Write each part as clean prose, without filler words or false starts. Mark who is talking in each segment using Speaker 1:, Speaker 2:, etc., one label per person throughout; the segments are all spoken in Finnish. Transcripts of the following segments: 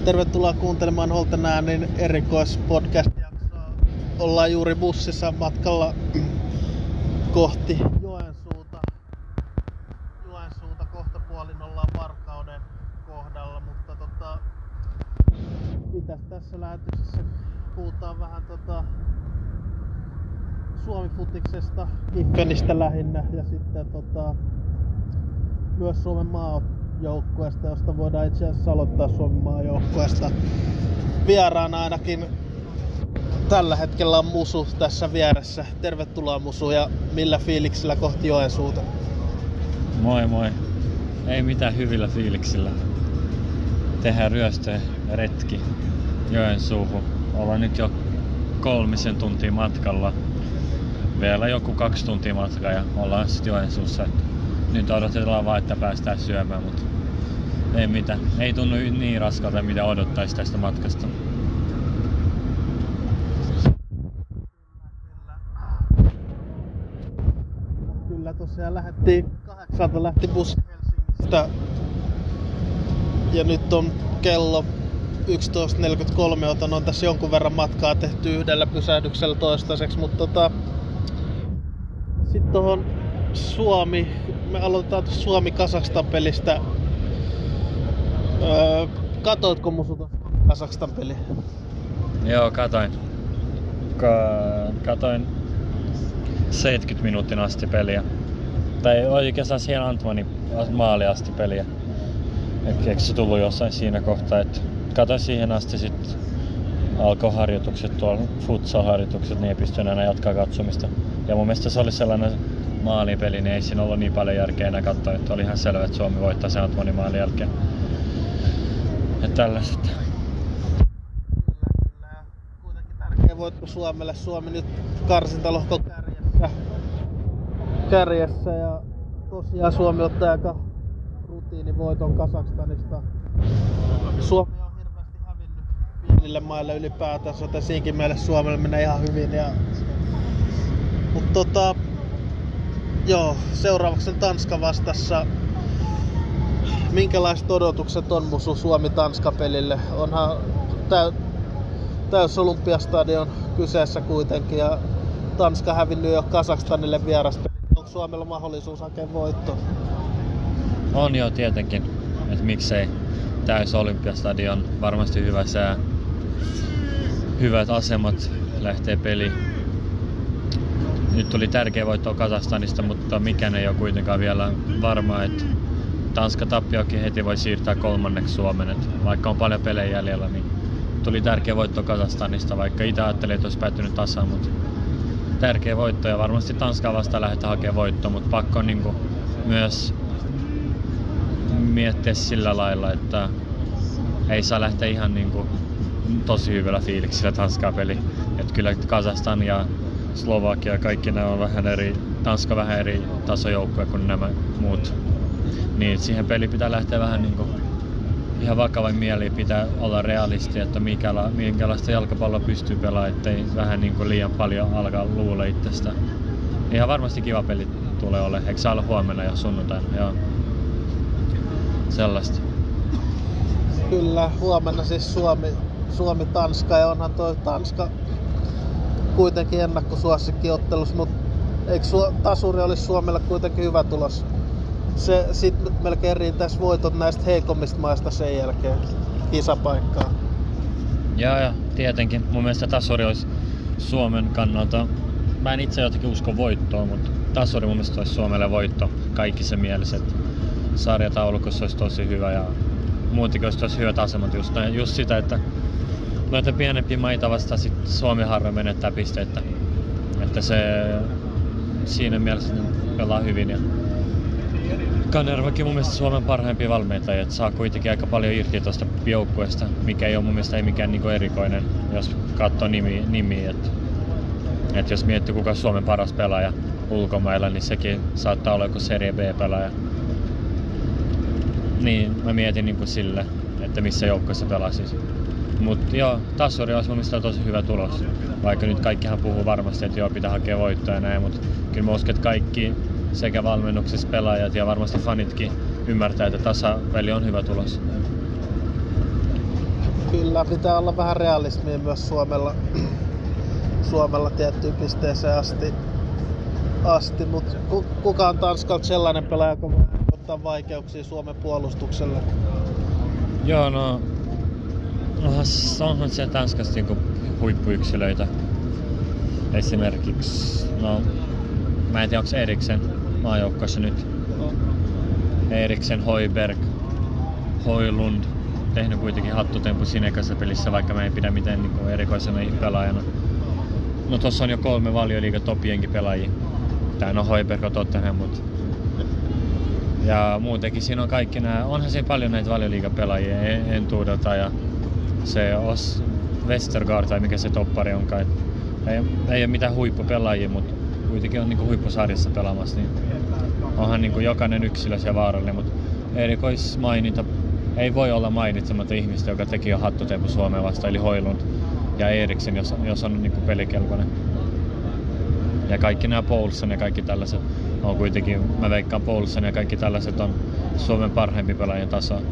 Speaker 1: Tervetuloa kuuntelemaan Holten äänin erikoispodcast-jaksoa. Ollaan juuri bussissa matkalla kohti Joensuuta. Kohtapuolin ollaan Varkauden kohdalla, mutta mitäs tässä lähetyksessä puhutaan vähän Suomi-futiksesta, Giffenistä lähinnä ja sitten myös Suomen maajoukkueesta, josta voidaan itse asiassa aloittaa Suomen maajoukkueesta. Vieraana ainakin tällä hetkellä on Musu tässä vieressä. Tervetuloa Musu, ja millä fiiliksillä kohti Joensuuta?
Speaker 2: Moi moi. Ei mitään, hyvillä fiiliksillä. Tehdään ryöstöretki Joensuuhun. Ollaan nyt jo 3 tuntia matkalla. Vielä joku 2 tuntia matkaa ja ollaan sitten Joensuussa. Nyt odotetaan vaan, että päästään syömään, mutta ei mitään. Ei tunnu niin raskalta, mitä odottaisi tästä matkasta.
Speaker 1: Kyllä tosiaan lähti bussi Helsingistä. Ja nyt on kello 11.43, joten on tässä jonkun verran matkaa tehty yhdellä pysähdyksellä toistaiseksi, mutta sitten tuohon me aloitetaan Suomi-Kazakstan pelistä. Katoitko Musu tuon Kazakstan peliä?
Speaker 2: Joo, katoin. Katoin 70 minuutin asti peliä. Tai oikeastaan siihen Antmanin maali asti peliä. Eikö se tullut jossain siinä kohtaa, että katoin siihen asti, sitten alkoi harjoitukset tuolla, futsal-harjoitukset, niin ei pysty enää jatkaa katsomista. Ja mun mielestä se oli sellainen maalipeli, niin ei siinä ollut niin paljon järkeä enää katsoa, että oli ihan selvä, että Suomi voittaa sen Antmanin maalin jälkeen. Ja tällaiset.
Speaker 1: Kyllä. Kuitenkin tärkeä voitto Suomelle. Suomi nyt karsintalohkon kärjessä ja tosiaan Suomi ottaa aika rutiinivoiton Kazakstanista. Suomi on hirveästi hävinnyt pienille maille ylipäätänsä, joten siinkin mielessä Suomelle menee ihan hyvin. Mutta seuraavaksi on Tanska vastassa. Minkälaiset odotukset on Musu Suomi-Tanska-pelille? Onhan täys Olympiastadion kyseessä kuitenkin ja Tanska hävinnyt jo Kazakstanille vieraspeli. Onko Suomella mahdollisuus hakea voitto?
Speaker 2: On jo tietenkin, että miksei. Täys Olympiastadion, varmasti hyvä sää, hyvät asemat, lähtee peli. Nyt tuli tärkeä voitto Kazakstanista, mutta mikään ei ole kuitenkaan vielä varmaa, että Tanska tappiokin heti voi siirtää 3. Suomen. Et vaikka on paljon pelejä jäljellä, niin tuli tärkeä voitto Kazakstanista, vaikka itse ajattelin, että olisi päättynyt tasaan, mutta tärkeä voitto ja varmasti Tanskaa vastaan lähdetään hakemaan voittoa, mutta pakko on myös miettiä sillä lailla, että ei saa lähteä ihan tosi hyvällä fiiliksillä Tanskaa peli. Että kyllä Kazakstan ja Slovakia, kaikki nämä on vähän eri, Tanska vähän eri tasojoukkoja kuin nämä muut. Niin siihen peliin pitää lähteä vähän ihan vakavain mieliin, pitää olla realisti, että minkälaista jalkapalloa pystyy pelaamaan, ettei vähän liian paljon alkaa luulla itsestä. Ihan varmasti kiva peli tulee olemaan, eikö saa olla huomenna ja sunnuntaina? Joo. Sellaista.
Speaker 1: Kyllä, huomenna siis Suomi-Tanska ja onhan toi Tanska kuitenkin ennakkosuosikkiottelus, mutta eikö tasuri olisi Suomelle kuitenkin hyvä tulos? Se sitten melkein riittäisi voitot näistä heikommista maista sen jälkeen kisapaikkaan.
Speaker 2: Joo, tietenkin. Mun mielestä tasuri olisi Suomen kannalta. Mä en itse jotenkin usko voittoon, mutta tasuri mun mielestä olisi Suomelle voitto kaikissa mielessä. Sarjataulukossa olisi tosi hyvä ja muutenkin olisi tosi hyvät asemat just sitä, että noita pienempiä maita vastaan sit Suomi harvoin menettää pisteitä. Että se siinä mielessä pelaa hyvin. Ja Kanervakin mun mielestä Suomen parhaimpia valmentajia, että saa kuitenkin aika paljon irti tuosta joukkueesta, mikä ei ole mun mielestä mikään erikoinen, jos katsoo nimiä. Että jos miettii kuka Suomen paras pelaaja ulkomailla, niin sekin saattaa olla joku Serie B-pelaaja. Niin mä mietin sille, että missä joukkueessa pelasis. Mutta joo, tasuri olisi mun mielestä tosi hyvä tulos. Vaikka nyt kaikkihan puhuu varmasti, että pitää hakea voittoa ja näin, mutta kyllä mä uskon, että kaikki sekä valmennuksessa pelaajat ja varmasti fanitkin ymmärtää, että tasapeli on hyvä tulos.
Speaker 1: kyllä pitää olla vähän realismia myös Suomella tiettyyn pisteeseen asti, mutta kuka on Tanskalta sellainen pelaaja, joka voi ottaa vaikeuksia Suomen puolustukselle?
Speaker 2: Joo, no onhan se Tanskassa niinku huippuyksilöitä. Esimerkiksi, no mä en tiedä onko Eriksen maajoukkoissa nyt. Eriksen, Hoiberg, Hoilund, tehnyt kuitenkin hattutemppu Sinekassa pelissä, vaikka mä en pidä mitään niinku erikoisena pelaajana. No tossa on jo 3 Valioliigan topienkin pelaajia. Tää no Hoiberg on tottahan, mut ja muutenkin siinä on kaikki nää, onhan siinä paljon näitä Valioliigan pelaajia entuudelta ja se Westergaard tai mikä se toppari onkaan. Ei ole mitään huippupelaajia, mutta kuitenkin on niinku huippusarjassa pelaamassa, niin onhan niinku jokainen yksilö siellä vaarallinen, mutta erikoismaininta ei voi olla mainitsematta ihmistä, joka teki jo hattutemppu Suomeen vastaan, eli Hoilund ja Eriksen, jos on niinku pelikelpoinen. Ja kaikki nämä Poulsen ja kaikki tällaiset on kuitenkin, mä veikkaan Poulsen ja kaikki tällaiset on Suomen parhaimpi pelaajien tasoa.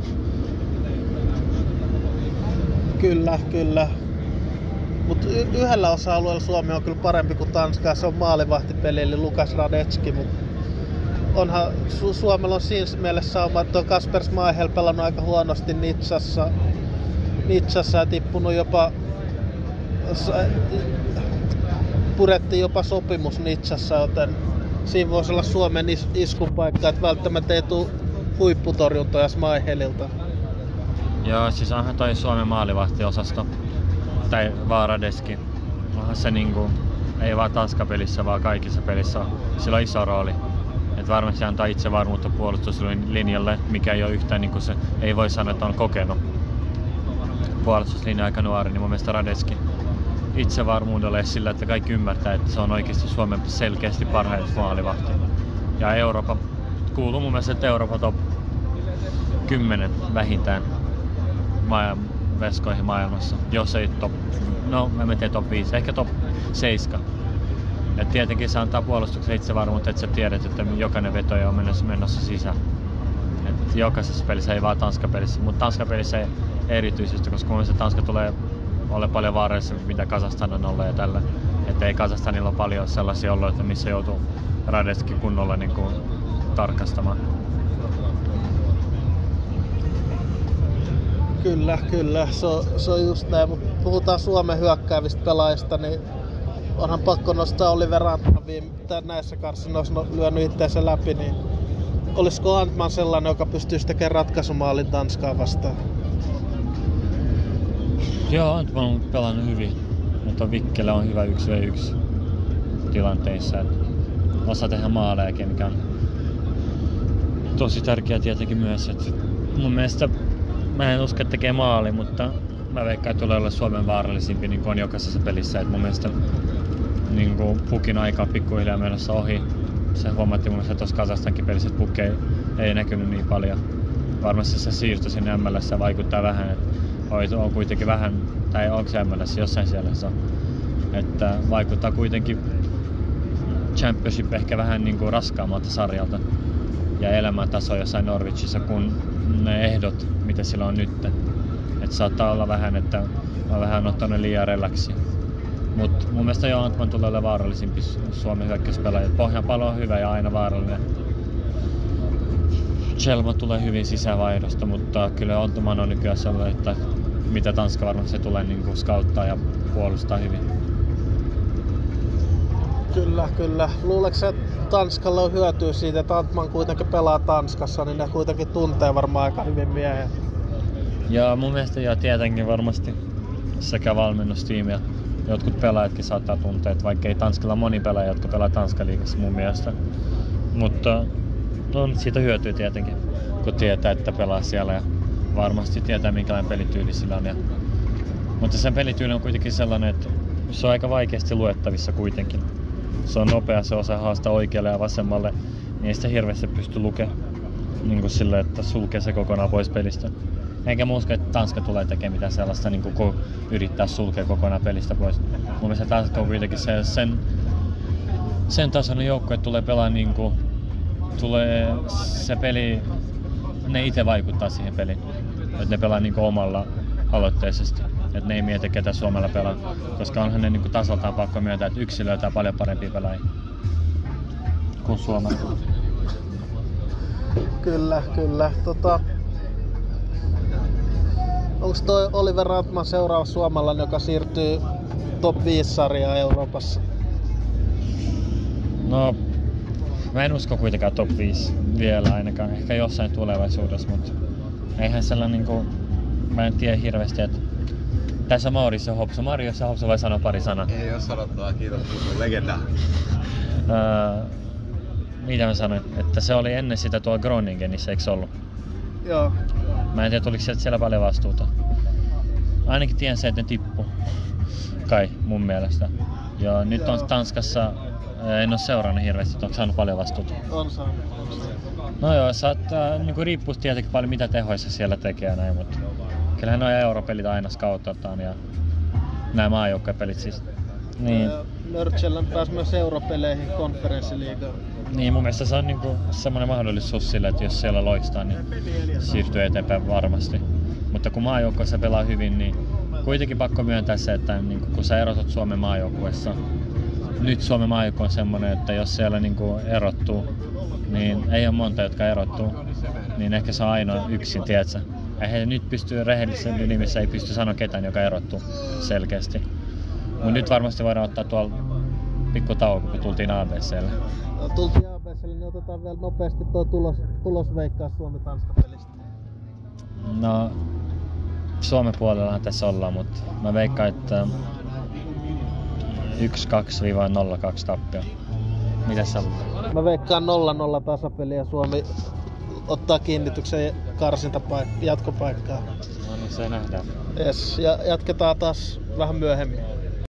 Speaker 1: Kyllä. Mutta yhdellä osa-alueella Suomi on kyllä parempi kuin Tanska, se on maalivahtipeli, eli Lukas Radetski. Mut onhan Suomella on siinä mielessä sauma, että Kasper Schmeichel pelannut aika huonosti Nitsassa ja tippunut jopa, purettiin jopa sopimus Nitsassa, joten siinä voisi olla Suomen iskun paikka, että välttämättä ei tule huipputorjuntoja Schmeichelilta.
Speaker 2: Joo, siis onhan toi Suomen maalivahtiosasto, tai Vaaradeski. Onhan se niinku, ei vaan Tanska-pelissä, vaan kaikissa pelissä. Sillä on iso rooli. Et varmasti antaa itsevarmuutta puolustuslinjalle, mikä ei ole yhtään niinku se, ei voi sanoa, että on kokenut puolustuslinja aika nuori, niin mun mielestä Radeski itsevarmuudelle sillä, että kaikki ymmärtää, että se on oikeasti Suomen selkeästi parhain maalivahti. Ja Eurooppa, kuuluu mun mielestä, että Euroopan top 10 vähintään veskoihin maailmassa, jos ei top, no mä en tiedä top 5, ehkä top 7. Et tietenkin se antaa puolustuksen itsevarmuutta, että sä tiedät, että jokainen vetoja on menossa sisään. Et jokaisessa pelissä, ei vaan Tanska-pelissä, mutta Tanska-pelissä erityisesti, koska mun mielestä Tanska tulee olemaan paljon vaarallisempi, mitä Kazakstan on ollut ja tällä. Että ei Kazakstanilla ole paljon sellaisia ollut, että missä joutuu Radetski kunnolla niin kuin tarkastamaan.
Speaker 1: Kyllä. Se on just näin, mutta puhutaan Suomen hyökkäävistä pelaajista, niin onhan pakko nostaa Oliver Antman näissä karsinnoissa lyönyt itseänsä läpi, niin olisiko Antman sellainen, joka pystyisi tekemään ratkaisumaalin Tanskaa vastaan?
Speaker 2: Joo, Antman on pelannut hyvin, mutta Vikkelä on hyvä 1v1 tilanteissa. Osaa tehdä maalejakin, mikä on tosi tärkeää tietenkin myös. Että mun mielestä mä en usko, että tekee maali, mutta mä veikkaan, että tulee olla Suomen vaarallisimpi niin kuin on jokaisessa pelissä. Et mun mielestä niin kuin pukin aika on pikkuhiljaa menossa ohi. Se huomattiin mun mielestä tuossa Kazakstankin pelissä, että pukki ei näkynyt niin paljon. Varmasti se siirto sinne MLS vaikuttaa vähän. On kuitenkin vähän, tai onko se MLS jossain siellä se on. Että vaikuttaa kuitenkin Championship ehkä vähän niin kuin raskaammalta sarjalta. Ja elämäntaso jossain Norwichissa kuin ne ehdot, mitä sillä on nyt. Että saattaa olla vähän, että mä vähän ottanut liian relaxia. Mutta mun mielestä jo Antman tulee olemaan vaarallisimpi Suomen hyökkäyspelaaja. Pohjanpalo on hyvä ja aina vaarallinen. Chelmo tulee hyvin sisävaihdosta, mutta kyllä Antman on nykyään sellainen, että mitä Tanska varmasti se tulee niin kuin scouttaa ja puolustaa hyvin.
Speaker 1: Kyllä. Luuleeko että Tanskalla on hyötyä siitä, että Antman kuitenkin pelaa Tanskassa, niin ne kuitenkin tuntee varmaan aika hyvin miehen?
Speaker 2: Ja mun mielestä jo tietenkin varmasti sekä valmennustiimi ja jotkut pelaajatkin saattaa tuntea, että vaikka ei Tanskalla ole moni pelaaja, jotka pelaa Tanska-liigassa mun mielestä. Mutta on siitä hyötyä tietenkin, kun tietää, että pelaa siellä ja varmasti tietää, minkälainen pelityyli sillä on. Mutta sen pelityyli on kuitenkin sellainen, että se on aika vaikeasti luettavissa kuitenkin. Se on nopea, se osaa haastaa oikealle ja vasemmalle, niin ei sitä hirveästi pysty lukemaan niin silleen, että sulkee se kokonaan pois pelistä. Enkä mä usko, että Tanska tulee tekemään mitään sellaista, niin kuin yrittää sulkea kokonaan pelistä pois. Mun mielestä Tanska on kuitenkin sen tasoinen joukkue, että tulee pelaa niin kuin, tulee se peli, ne itse vaikuttaa siihen peliin. Että ne pelaa niin kuin omalla aloitteisesti. että ne ei mieti ketä Suomella pelaa, koska onhan ne niinku tasoltaan pakko myöntää, että yksilöitä on paljon parempia pelaajia kuin Suomella.
Speaker 1: Kyllä. Onko toi Oliver Rantman seuraava suomalainen, joka siirtyy top 5-sarjaan Euroopassa?
Speaker 2: No, mä en usko kuitenkaan top 5 vielä ainakaan. Ehkä jossain tulevaisuudessa, mutta eihän sellainen niinku... Mä en tiedä hirveästi, että tässä Mauricio Hopsu. Mauricio Hopsu vai sanoa pari sanaa?
Speaker 3: Ei oo sanottavaa, kiitos, legenda.
Speaker 2: Mitä mä sanoin? Että se oli ennen sitä tuolla Groningenissa, eikö ollut?
Speaker 1: Joo.
Speaker 2: Mä en tiedä, tuliko siellä paljon vastuuta. Ainakin tiedän se, että ne tippu. Kai, mun mielestä. Ja nyt on Tanskassa, en oo seurannut hirveästi, että onko saanut paljon vastuuta.
Speaker 1: On saanut.
Speaker 2: No joo, niinku riippuu tietenkin paljon mitä tehoissa siellä tekee näin, mutta kyllähän nuo europelit aina scouttataan ja nämä maajoukkuepelit siis. Niin.
Speaker 1: Nörtselän pääsi myös europeleihin konferenssiliigaan.
Speaker 2: Niin, mun mielestä se on niinku semmoinen mahdollisuus sille, että jos siellä loistaa, niin siirtyy eteenpäin varmasti. Mutta kun maajoukkueessa pelaa hyvin, niin kuitenkin pakko myöntää se, että niinku, kun sä erotut Suomen maajoukkueessa, nyt Suomen maajoukkue on semmoinen, että jos siellä niinku erottuu, niin ei ole monta, jotka erottuu, niin ehkä se on ainoa yksin, tiedätkö? Eihän nyt pystyy rehellisen nimissä, ei pysty sanoa ketään, joka erottuu selkeästi. Mutta nyt varmasti voidaan ottaa tuolla pikku tauko, kun tultiin ABClle.
Speaker 1: No, tultiin ABClle, niin otetaan vielä nopeasti tuo tulosveikkaus Suomi-Tanska-pelistä.
Speaker 2: No, Suomen puolellahan tässä ollaan, mutta mä veikkaan, että 1-2-0-2 tappio. Mitäs sä luulet?
Speaker 1: Mä veikkaan 0-0 tasapeli ja Suomi ottaa kiinnityksen jatkopaikkaa.
Speaker 2: No niin, se nähdään.
Speaker 1: Yes, ja jatketaan taas vähän myöhemmin.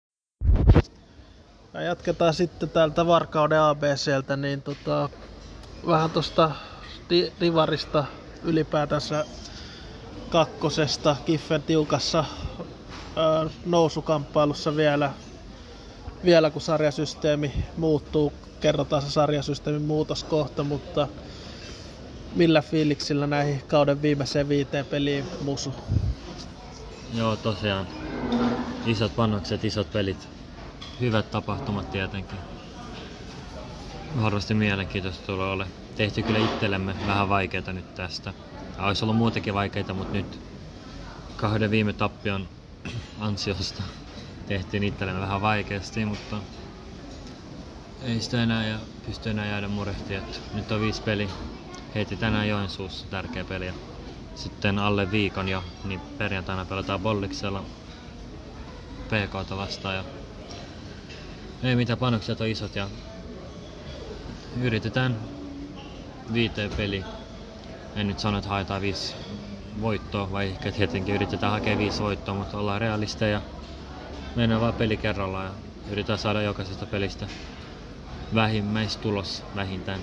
Speaker 1: Ja jatketaan sitten täältä Varkauden ABCltä, niin vähän tosta divarista ylipäätänsä kakkosesta Kiffen tiukassa nousukamppailussa vielä kun sarjasysteemi muuttuu. Kerrotaan se sarjasysteemin muutos kohta, mutta millä fiiliksillä näihin kauden viimeiseen 5 peliin Musu?
Speaker 2: Joo, tosiaan. Isot panokset, isot pelit. Hyvät tapahtumat tietenkin. Varmasti mielenkiintoista tulee ole. Tehtiin kyllä itsellemme vähän vaikeita nyt tästä. Olisi ollut muutenkin vaikeita, mutta nyt 2 viime tappion ansiosta tehtiin itsellemme vähän vaikeasti, mutta ei sitä enää pysty enää jäädä murehtia. Nyt on 5 peli. Heti tänään Joensuussa tärkeä peli. Ja sitten alle viikon jo, niin perjantaina pelataan Bolliksella PK:ta vastaan. Ja ei mitään, panokset on isot ja yritetään 5 peli. En nyt sano, että haetaan 5 voittoa, vai ehkä tietenkin yritetään hakea 5 voittoa, mutta ollaan realisteja. Mennään vaan peli kerrallaan ja yritetään saada jokaisesta pelistä vähimmäistulos vähintään.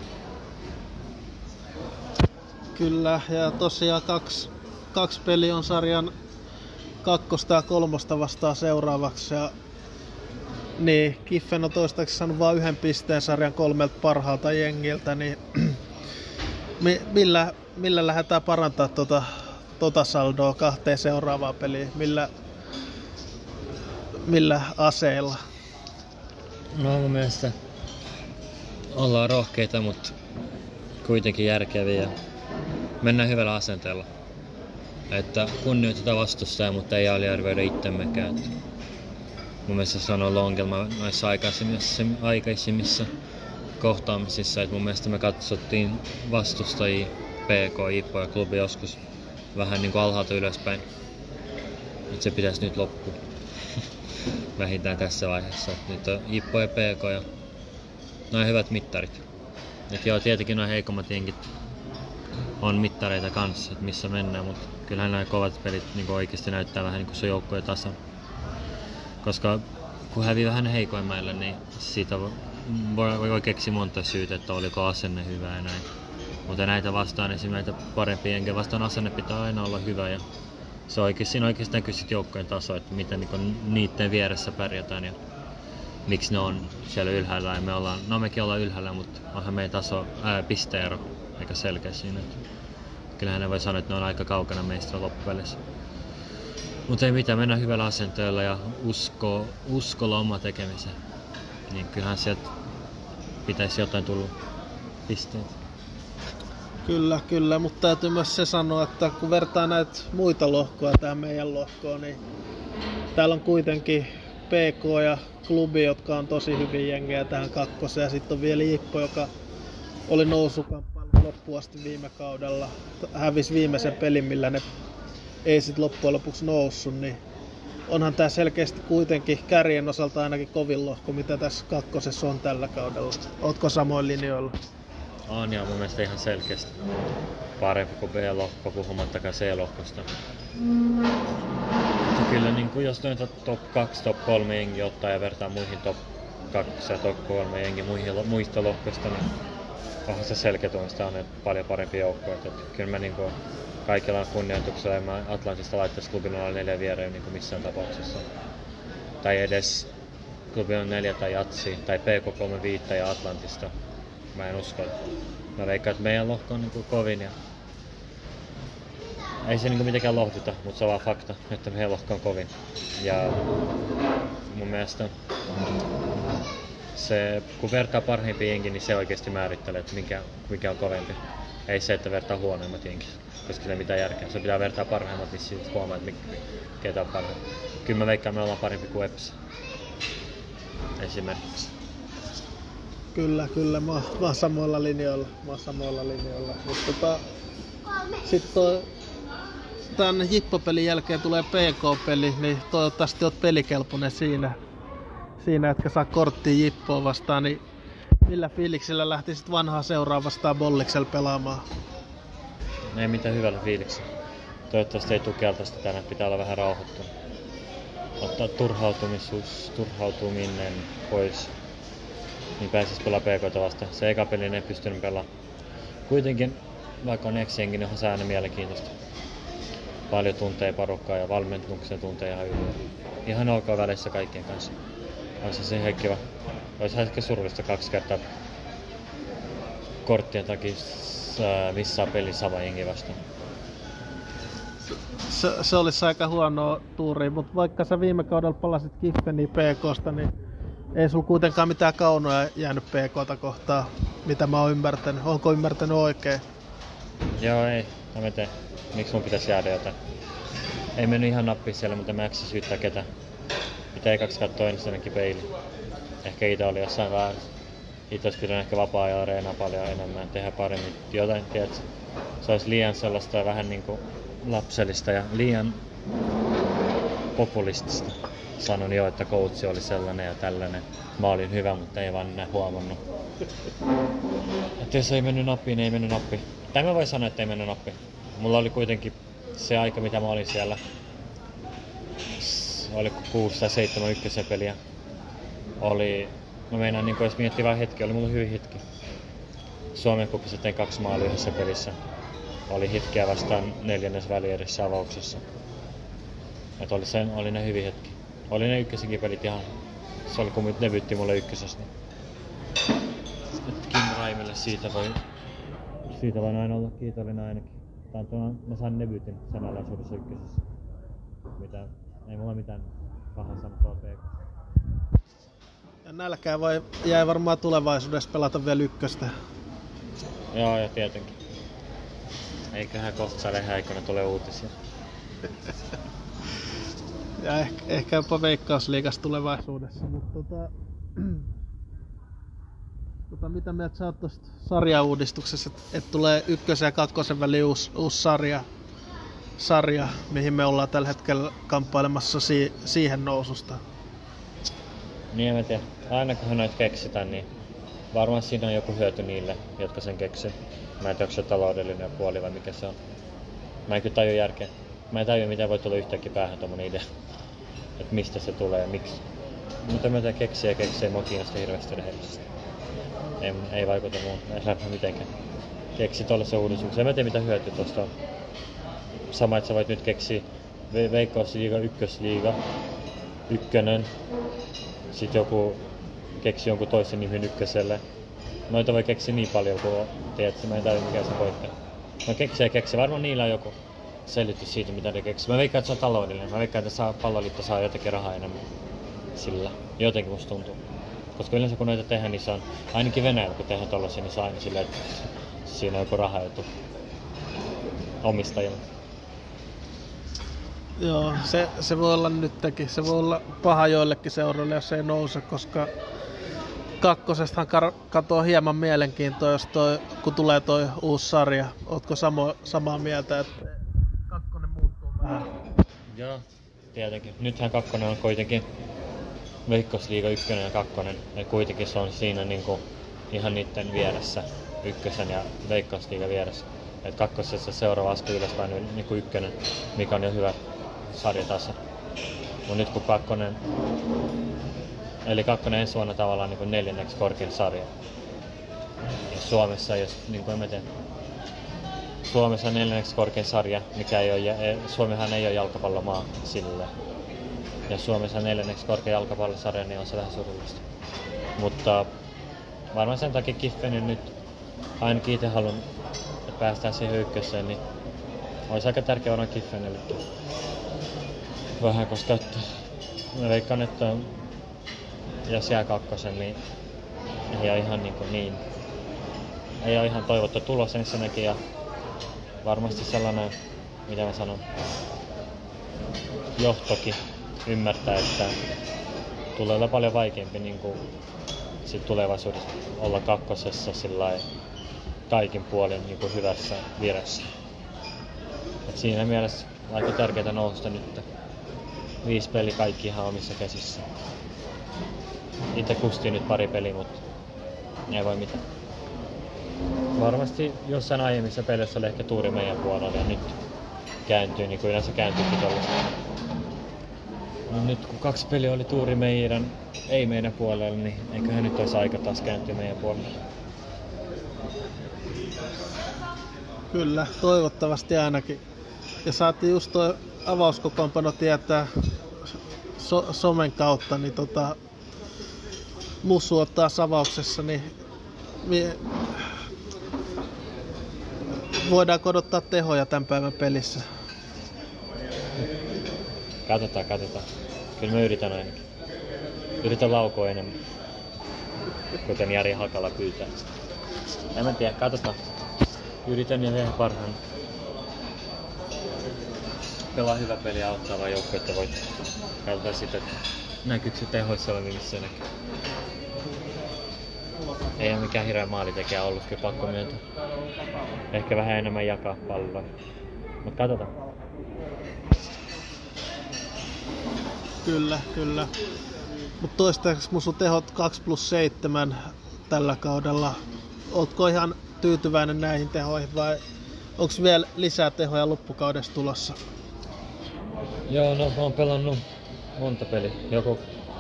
Speaker 1: Kyllä, ja tosiaan kaksi peliä on sarjan 2. ja 3. vastaan seuraavaksi. Ja niin, Kiffen on toistaiseksi saanut vain 1 pisteen sarjan 3 parhaalta jengiltä, niin millä lähdetään parantaa tota saldoa 2 seuraavaa peliä? Millä aseilla?
Speaker 2: No mun mielestä ollaan rohkeita, mutta kuitenkin järkeviä. Mennään hyvällä asenteella. Että kunnioitetaan vastustajaa, mutta ei aliarvioida itsemmekään. Mun mielestä se on ollut ongelma noissa aikaisemmissa kohtaamisissa. Että mun mielestä me katsottiin vastustajia, PK, IPO ja klubi joskus vähän niin kuin alhaalta ylöspäin. Nyt se pitäisi nyt loppua. Vähintään tässä vaiheessa. Nyt on IPO ja PK ja noin hyvät mittarit. Et joo, tietenkin noin heikommat jenkit on mittareita kanssa, että missä mennään, mutta kyllähän nämä kovat pelit niin oikeasti näyttää vähän niin kuin se joukkueen taso. Koska kun hävii vähän heikoimmaille, niin siitä voi keksiä monta syytä, että oliko asenne hyvä ja näin. Mutta näitä vastaan, esimerkiksi näitä parempia jenkiä vastaan asenne pitää aina olla hyvä. Ja se siinä oikeastaan kysyt joukkojen taso, että miten niin niiden vieressä pärjätään ja miksi ne on siellä ylhäällä. Ja mekin ollaan ylhäällä, mutta onhan meidän taso pisteero aika selkeä siinä. Kyllähän ne voi sanoa, että ne on aika kaukana meistä loppuvälissä. Mutta ei mitään, mennä hyvällä asenteella ja uskolla oma tekemiseen. Niin kyllähän sieltä pitäisi jotain tulla pisteitä.
Speaker 1: Kyllä, mutta täytyy myös se sanoa, että kun vertaa näitä muita lohkoja tähän meidän lohkoon, niin täällä on kuitenkin PK ja klubi, jotka on tosi hyvin jengejä tähän kakkoseen. Ja sitten on vielä Jippo, joka oli nousukamppailu loppuun asti viime kaudella. Hävisi viimeisen pelin, millä ne ei sitten loppujen lopuksi noussut. Niin onhan tää selkeästi kuitenkin kärjen osalta ainakin kovin lohko, mitä tässä kakkosessa on tällä kaudella. Ootko samoin linjoilla?
Speaker 2: On ja mun mielestä ihan selkeästi parempi kuin B-lohko, puhumattakaan C-lohkosta. Kyllä niin kuin jos noita top 2, top 3 jengi ottaa ja vertaa muihin top 2 ja top 3 jengi muista lohkoista, niin onhan se selkeätuomista on paljon parempi joukkoja. Kyllä mä niin kuin kaikilla kunnioituksella mä Atlantista laittaisi klubin alla 4 viereen niin kuin missään tapauksessa. Tai edes klubin on 4 tai Jatsi tai PK35 ja Atlantista. Mä en usko. Mä veikkaan, että meidän lohko on niinku kovin ja ei se niinku mitenkään lohdita, mutta se on vaan fakta, että meidän lohko on kovin. Ja mun mielestä se, kun vertaa parhaimpia jengiä, niin se oikeasti määrittelee, että mikä on kovempi. Ei se, että vertaa huonoimmat jengiä, koska sillä ei mitään järkeä. Se pitää vertaa parhaimmat, niin siitä huomaa, että ketä on parhaimmat. Kyllä mä veikkaan, että me ollaan parempi kuin Epsi. Esimerkiksi.
Speaker 1: Kyllä, mä oon samoilla linjoilla. Mutta sitten tän Jippo-pelin jälkeen tulee PK-peli, niin toivottavasti oot pelikelpoinen siinä etkä saa korttia Jippoa vastaan, niin millä fiiliksellä lähtisit vanhaa seuraa vastaan Bolliksella pelaamaan?
Speaker 2: Ei mitään hyvällä fiiliksellä. Toivottavasti ei tukelta sitä tänään, pitää olla vähän rauhoittunut. Ottaa turhautuminen pois. Niin pääsis pelaa PK:ta vastaan. Se eka peli ei pystynyt pelaamaan. Kuitenkin, vaikka on ex-jengi, niin on se aina mielenkiintoista. Paljon tuntee porukkaa ja valmennuksen tuntee ihan hyvin. Ihan ok välissä kaikkien kanssa. Olisi se ihan kiva. Olisi ehkä surullista 2 kertaa korttien takia missään pelin sama jengi vastaan.
Speaker 1: Se olisi aika huonoa tuuria, mutta vaikka sä viime kaudella palasit Kiffeniin PK:sta, niin ei sulla kuitenkaan mitään kaunoja jäänyt PK:ta kohtaan, mitä mä oon ymmärtänyt. Onko ymmärtänyt oikein?
Speaker 2: Joo, ei. Mä teen. Miksi mun pitäisi jäädä jotain? Ei mennyt ihan nappiin siellä, mutta mä äksin syyttää ketään. Pitää ekaksi katsoa ensinnäkin peiliin. Ehkä ite oli jossain väärässä. Ite olisi pitänyt ehkä vapaa-ajalla reenaa paljon enemmän, tehdä paremmin. Jotain, tiedätkö? Se olisi liian sellaista vähän niinku lapsellista ja liian populistista. Sanon jo, että coachi oli sellainen ja tällainen. Mä olin hyvä, mutta ei vaan enää huomannut. Että jos ei mennyt nappiin, niin ei mennyt nappiin. Tai mä voin sanoa, että ei mennyt nappiin. Mulla oli kuitenkin se aika, mitä mä olin siellä. Oliko 6 tai 7 ykkösen peliä. Mä meinaan, niin jos miettii vain hetki, oli mulla hyvin hetki. Suomen kupissa tein 2 maalia yhdessä pelissä. Oli hetkeä vastaan 4. välierissä avauksessa. Et oli ne hyvin hetki. Oli ne ykkösenkin pelit ihan. Se oli kun debyytti mulle ykkösessä. Kim Raimelle siitä voin aina olla kiitollinen ainakin. Mä sain debyytin samanlaisuudessa ykkösessä. Ei mulla mitään pahaa sanottavaa PK.
Speaker 1: Ja nälkää jäi varmaan tulevaisuudessa pelata vielä ykköstä.
Speaker 2: Joo, ja tietenkin. Eiköhän kohta saada häikönä tulee uutisia.
Speaker 1: Ja ehkä jopa Veikkausliigassa tulevaisuudessa. Mutta mitä mieltä sä oot tosta sarjauudistuksessa, että tulee 1. ja 2. väliin uusi sarja, mihin me ollaan tällä hetkellä kamppailemassa siihen noususta?
Speaker 2: Niin, en tiedä. Aina kun noita keksitään, niin varmaan siinä on joku hyöty niille, jotka sen keksii. Mä en tiedä, onko se taloudellinen puoli vai mikä se on. Mä en kyllä tajua järkeä. Mä en tajua, miten voi tulla yhtäkkiä päähän tommonen idea. Että mistä se tulee ja miksi. Mutta mä tein keksiä, mua kiinnostaa hirveästi rehellisesti. Ei vaikuta muun elämään mitenkään. Keksi tollasen uudistuksen. En mä tiedä, mitä hyötyä tosta on. Sama, että sä voit nyt keksiä Veikkausliiga, Ykkösliiga, Ykkönen. Sitten joku keksi jonkun toisen nimen ykköselle. Noita voi keksiä niin paljon, kun tiedät, mä en tajua mikä se pointti. No keksiä. Varmaan niillä on joku. selitys siitä, mitä ne keksii. Mä veikkaan, että se on taloudellinen. Mä veikkaan, että Palloliitto saa jotenkin rahaa enemmän sillä. Jotenkin musta tuntuu. Koska yleensä kun noita tehdään, niin se on ainakin Venäjällä, kun tehdään tollasia, niin se on aina silleen, että siinä on joku rahaetu omistajilla.
Speaker 1: Joo, se voi olla nytkin. Se voi olla paha joillekin seuroille, jos ei nouse, koska kakkosestahan katoo hieman mielenkiintoa, jos kun tulee toi uusi sarja. Ootko samaa mieltä, että kakkonen muuttuu vähän?
Speaker 2: Joo, tietenkin. Nythän kakkonen on kuitenkin Veikkausliiga 1 ja 2. Ja kuitenkin se on siinä niinku ihan niitten vieressä, 1 ja Veikkausliiga vieressä. Et kakkosessa seuraava askel ylöspäin on niinku 1, mikä on jo hyvä sarjataso. Mut nyt kun kakkonen ensi vuonna tavallaan niin 4. korkein sarja. Ja Suomessa, jos niin en mä tiedä, Suomessa 4. korkein sarja, mikä ei ole, Suomihan ei ole jalkapallomaa silleen. Ja Suomessa 4. korkein jalkapallosarja, niin on se vähän surullista. Mutta varmaan sen takia Kiffenen nyt ainakin itse haluan, että päästään siihen 1, niin olisi aika tärkeä varmaan Kiffenellekin. Vähän, koska mä veikkaan, että jos jää 2, niin ei ole ihan ei ole ihan toivottu tulos ensinnäkin ja varmasti sellainen, mitä mä sanon, johtokin ymmärtää, että tulee olla paljon vaikeampi niin kuin sit tulevaisuudessa olla 2 sillai kaikin puolin niin kuin hyvässä viressä. Et siinä mielessä aika tärkeää nousta nyt. 5 peli kaikki ihan omissa käsissä. Itse kustiin nyt pari peliä, mutta ei voi mitään. Varmasti jossain aiemmissa pelissä oli ehkä tuuri meidän puolella ja nyt kääntyy, niin kuin yleensä kääntyykin tollaista. No nyt kun 2 peliä oli tuuri ei meidän puolella, niin eiköhän nyt olisi aika taas kääntyä meidän puolella.
Speaker 1: Kyllä, toivottavasti ainakin. Ja saatiin just tuo avauskokoonpano tietää somen kautta, niin Musu ottaa avauksessa, niin voidaan odottaa tehoja tämän päivän pelissä.
Speaker 2: Katsotaan. Kyllä mä yritän ainakin. Yritän laukoa enemmän, kuten Jari Hakala pyytää. En mä tiedä, katsotaan. Yritän ja teen parhaan. Pelaa hyvä peli ja auttaa vaan joukkuetta voittaa. Katsotaan sitten, näkyykö se tehoissa oleva, missä näkyy. Ei ole mikään hirveä maalitekijä ollut, kyllä pakko myöntää. Ehkä vähän enemmän jakaa palloa. Mut katsotaan.
Speaker 1: Kyllä. Mut toistaiseksi Musu tehot 2+7 tällä kaudella. Ootko ihan tyytyväinen näihin tehoihin vai onko vielä lisää tehoja loppukaudessa tulossa?
Speaker 2: Joo, no mä oon pelannut monta peliä. Joku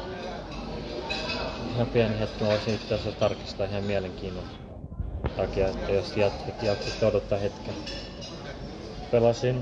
Speaker 2: ihan pieni hetki mä voisin itse asiassa tarkistaa ihan mielenkiinnon takia, että jos jaksatte odottaa hetken. Pelasin...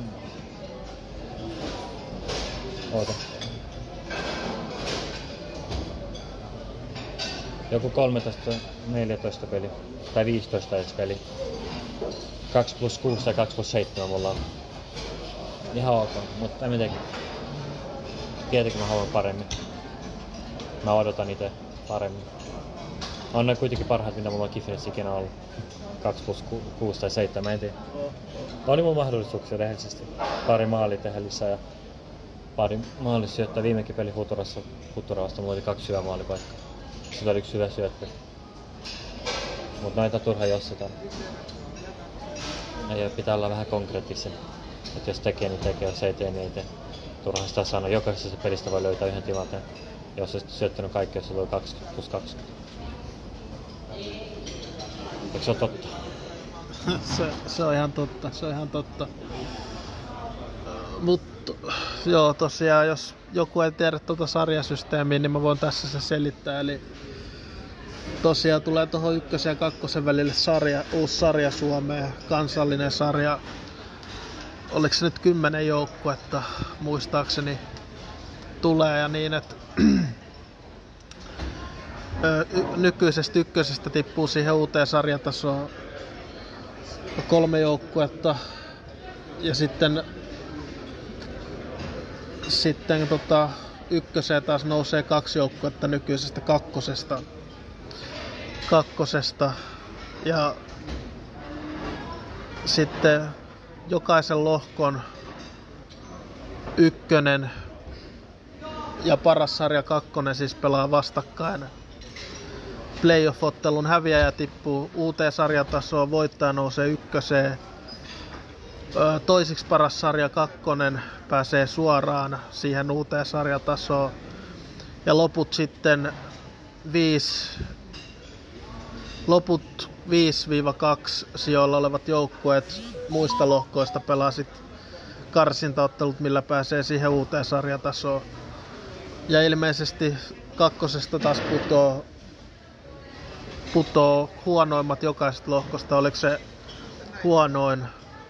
Speaker 2: Joku 13-14 peli, tai 15 edes peli. 2+6 tai 2+7 mulla on. Ihan ok, mutta en mä tiedä. Tietenkin mä haluan paremmin. Mä odotan itse paremmin. On ne kuitenkin parhaat, mitä mulla on Kiffenessä ikinä ollut. 2+6 tai 7, mä en tiedä. Oli mun mahdollisuuksia rehellisesti. Pari maalia tehdä lisää ja pari maalia syöttää. Viimekin peli Futuravasta mulla oli 2 syömaalipaikkaa. Sillä oli 1 hyvä syöttö. Mut näitä turha jossataan. Pitää olla vähän konkreettisempi. Että jos tekee, niin tekee. Jos ei tee, niin ei tee. Turha sitä sanoa. Jokaisessa pelistä voi löytää yhden tilanteen. Jos olisit syöttänyt kaikki, jos oli 20+20. Eikö se ole totta?
Speaker 1: Se on ihan totta. Mutta joo, tosiaan jos joku ei tiedä tuota sarjasysteemiä, niin mä voin tässä se selittää. Eli tosiaan tulee tuohon 1 ja 2 välille uusi sarja Suomeen, kansallinen sarja. Oliko se nyt 10 joukkuetta, muistaakseni tulee ja niin, että nykyisestä 1 tippuu siihen uuteen sarjatasoon 3 joukkuetta ja sitten sitten ykköseen taas nousee 2 joukkuetta nykyisestä kakkosesta. Ja sitten jokaisen lohkon ykkönen ja paras sarja 2 siis pelaa vastakkain. Playoff-ottelun häviäjä tippuu uuteen sarjatasoon, voittaja nousee ykköseen. Toisiksi paras sarja 2 pääsee suoraan siihen uuteen sarjatasoon. Ja loput sitten 5-2 sijoilla olevat joukkueet muista lohkoista pelaa sitten karsintaottelut, millä pääsee siihen uuteen sarjatasoon. Ja ilmeisesti 2. taas putoo huonoimmat jokaisesta lohkosta. Oliko se huonoin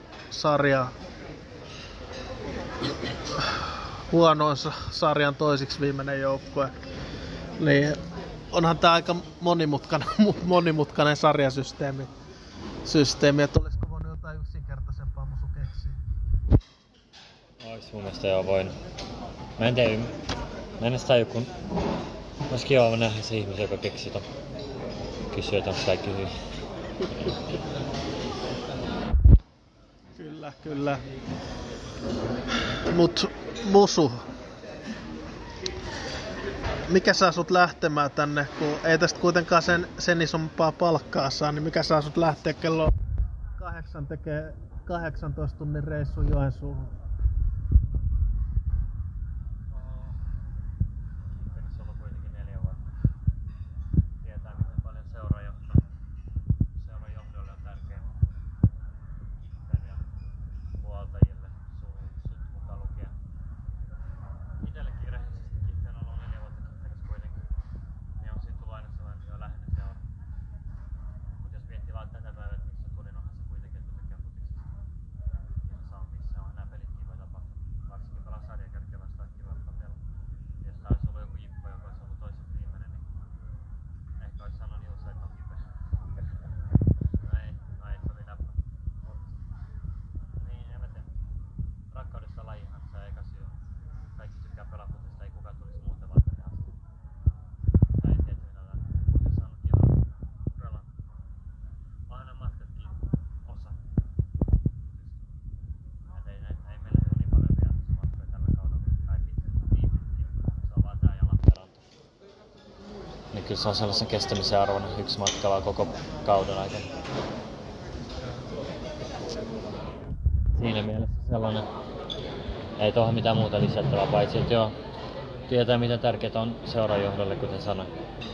Speaker 1: sarjan toisiksi viimeinen joukkue? Niin onhan tää aika monimutkainen sarjasysteemi. Että olisiko voinut jotain yksinkertaisempaa musu keksiä?
Speaker 2: Ois mun mielestä joo voinut. Mä en tiedä. Mä en edes taju, kun olisikin joo nähdä se ihmisen, joka keksi ton. Kysyy, että onko kaikki hyvin.
Speaker 1: Kyllä. Mut Musu, mikä saa sut lähtemään tänne, kun ei tästä kuitenkaan sen isompaa palkkaa saa, niin mikä saa sut lähteä kello 8 tekee 18 tunnin reissun Joensuuhun?
Speaker 2: Se on kuitenkin 4 vuotta. Tietää miten paljon seuran johdolle on tärkeä. Ja huoltajille, sut mukaan lukien. Itellekin rehellisesti Kiffen on ollut 4 vuotta Kiffenissä kuitenkin. Niin on siitä tullut aina sellainen jo läheinen seura. Mut jos miettii vaan tätä päivää, että miksi se tuli, onhan se kuitenkin, että tykkää futiksesta. Ja se on missä on nää pelit kivoja tapahtua. Varsinkin pelaa sarjakärkeä vastaan kivoja tapella. Jos tää olisi ollut joku Jippo, joka olisi ollut toiset viimeinen, niin ehkä olisi sanonut Juuso, että on kipes. No ei, se oli läppä. Niin, en mä tiedä. Rakkaudessa lajihan se eka syy. Kaikki tykkää pelaa futista, ei kukaan tulisi muuten vaan tänne asti. Tai ei tiedä mitä tää futissa on ollut kiva pelaa. Onhan nämä matkatkin osa. Et ei meillä tule niin paljon vierasmatkoja tällä kaudella. Tai niin pitkin. Se on vaan tää ja Lappeenranta. Niin kyllä se on sellaisen kestämisen arvoinen yksi matka vaan koko kauden aikana. Siinä mielessä sellainen, ei tuohon mitään muuta lisättävää, paitsi että joo, tietää miten tärkeää on seurajohdolle, kuten sanoin.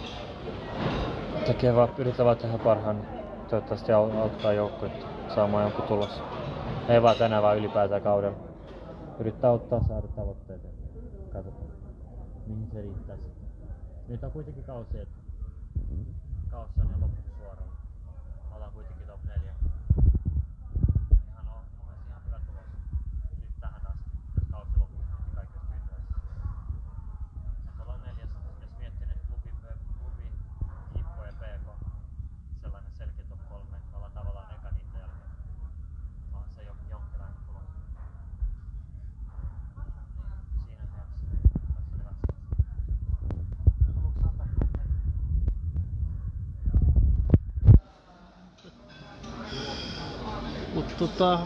Speaker 2: Yritetään vaan tehdä parhaan, toivottavasti auttaa joukkuetta saamaan jonkun tulos. Ei vaan tänään, vaan ylipäätään kaudella. Yrittää auttaa saada tavoitteet ja katsotaan, mihin se riittää sitten. Nyt on kuitenkin kausi, että kausi on jo loppuun suoraan. Me ollaan kuitenkin top 4. Ihan hyvä tulos nyt tähän asti, jos kausi loppuu, niin kaikki olisi tyytyväisiä. Nyt ollaan 4. Jos miettii nyt klubi, Jippo ja PK, sellainen selkeä top 3, me ollaan tavallaan eka niiden jälkeen. Onhan se jonkinlainen tulos. Siinä mielessä tässä oli vähän.
Speaker 1: Mut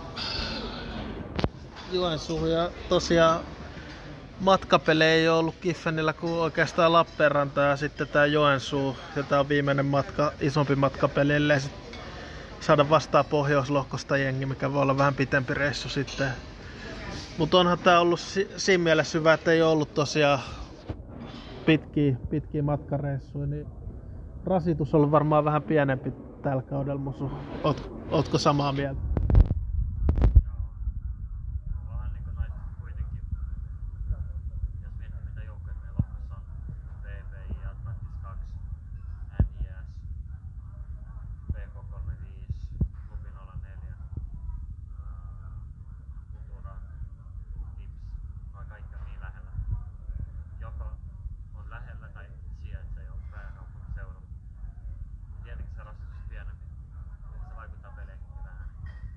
Speaker 1: Joensuuhun ja tosiaan matkapelejä ei ole ollut Kiffenillä kuin oikeastaan Lappeenranta ja sitten tää Joensuu. Ja tää on viimeinen isompi matkapeli, ellei sit saada vastaan Pohjoislohkosta jengi, mikä voi olla vähän pitempi reissu sitten. Mut onhan tää ollut siinä mielessä hyvä, että ei ole ollut tosiaan pitkiä matkareissuja, niin rasitus on ollut varmaan vähän pienempi tällä kaudella, Musu. Ootko samaa mieltä?
Speaker 2: Onhan niinku noit kuitenkin, jos miettii mitä joukkoja meillä lohkossa on, VPI, Atlantis 2, NJS, PK35, Klubi 04, Tura, Tips, noin kaikki on niin lähellä. Joko on lähellä tai sijaitsee jo pääkaupunkiseudulla. Tietenkin se rasitus on pienempi, se vaikuttaa peleihin vähän.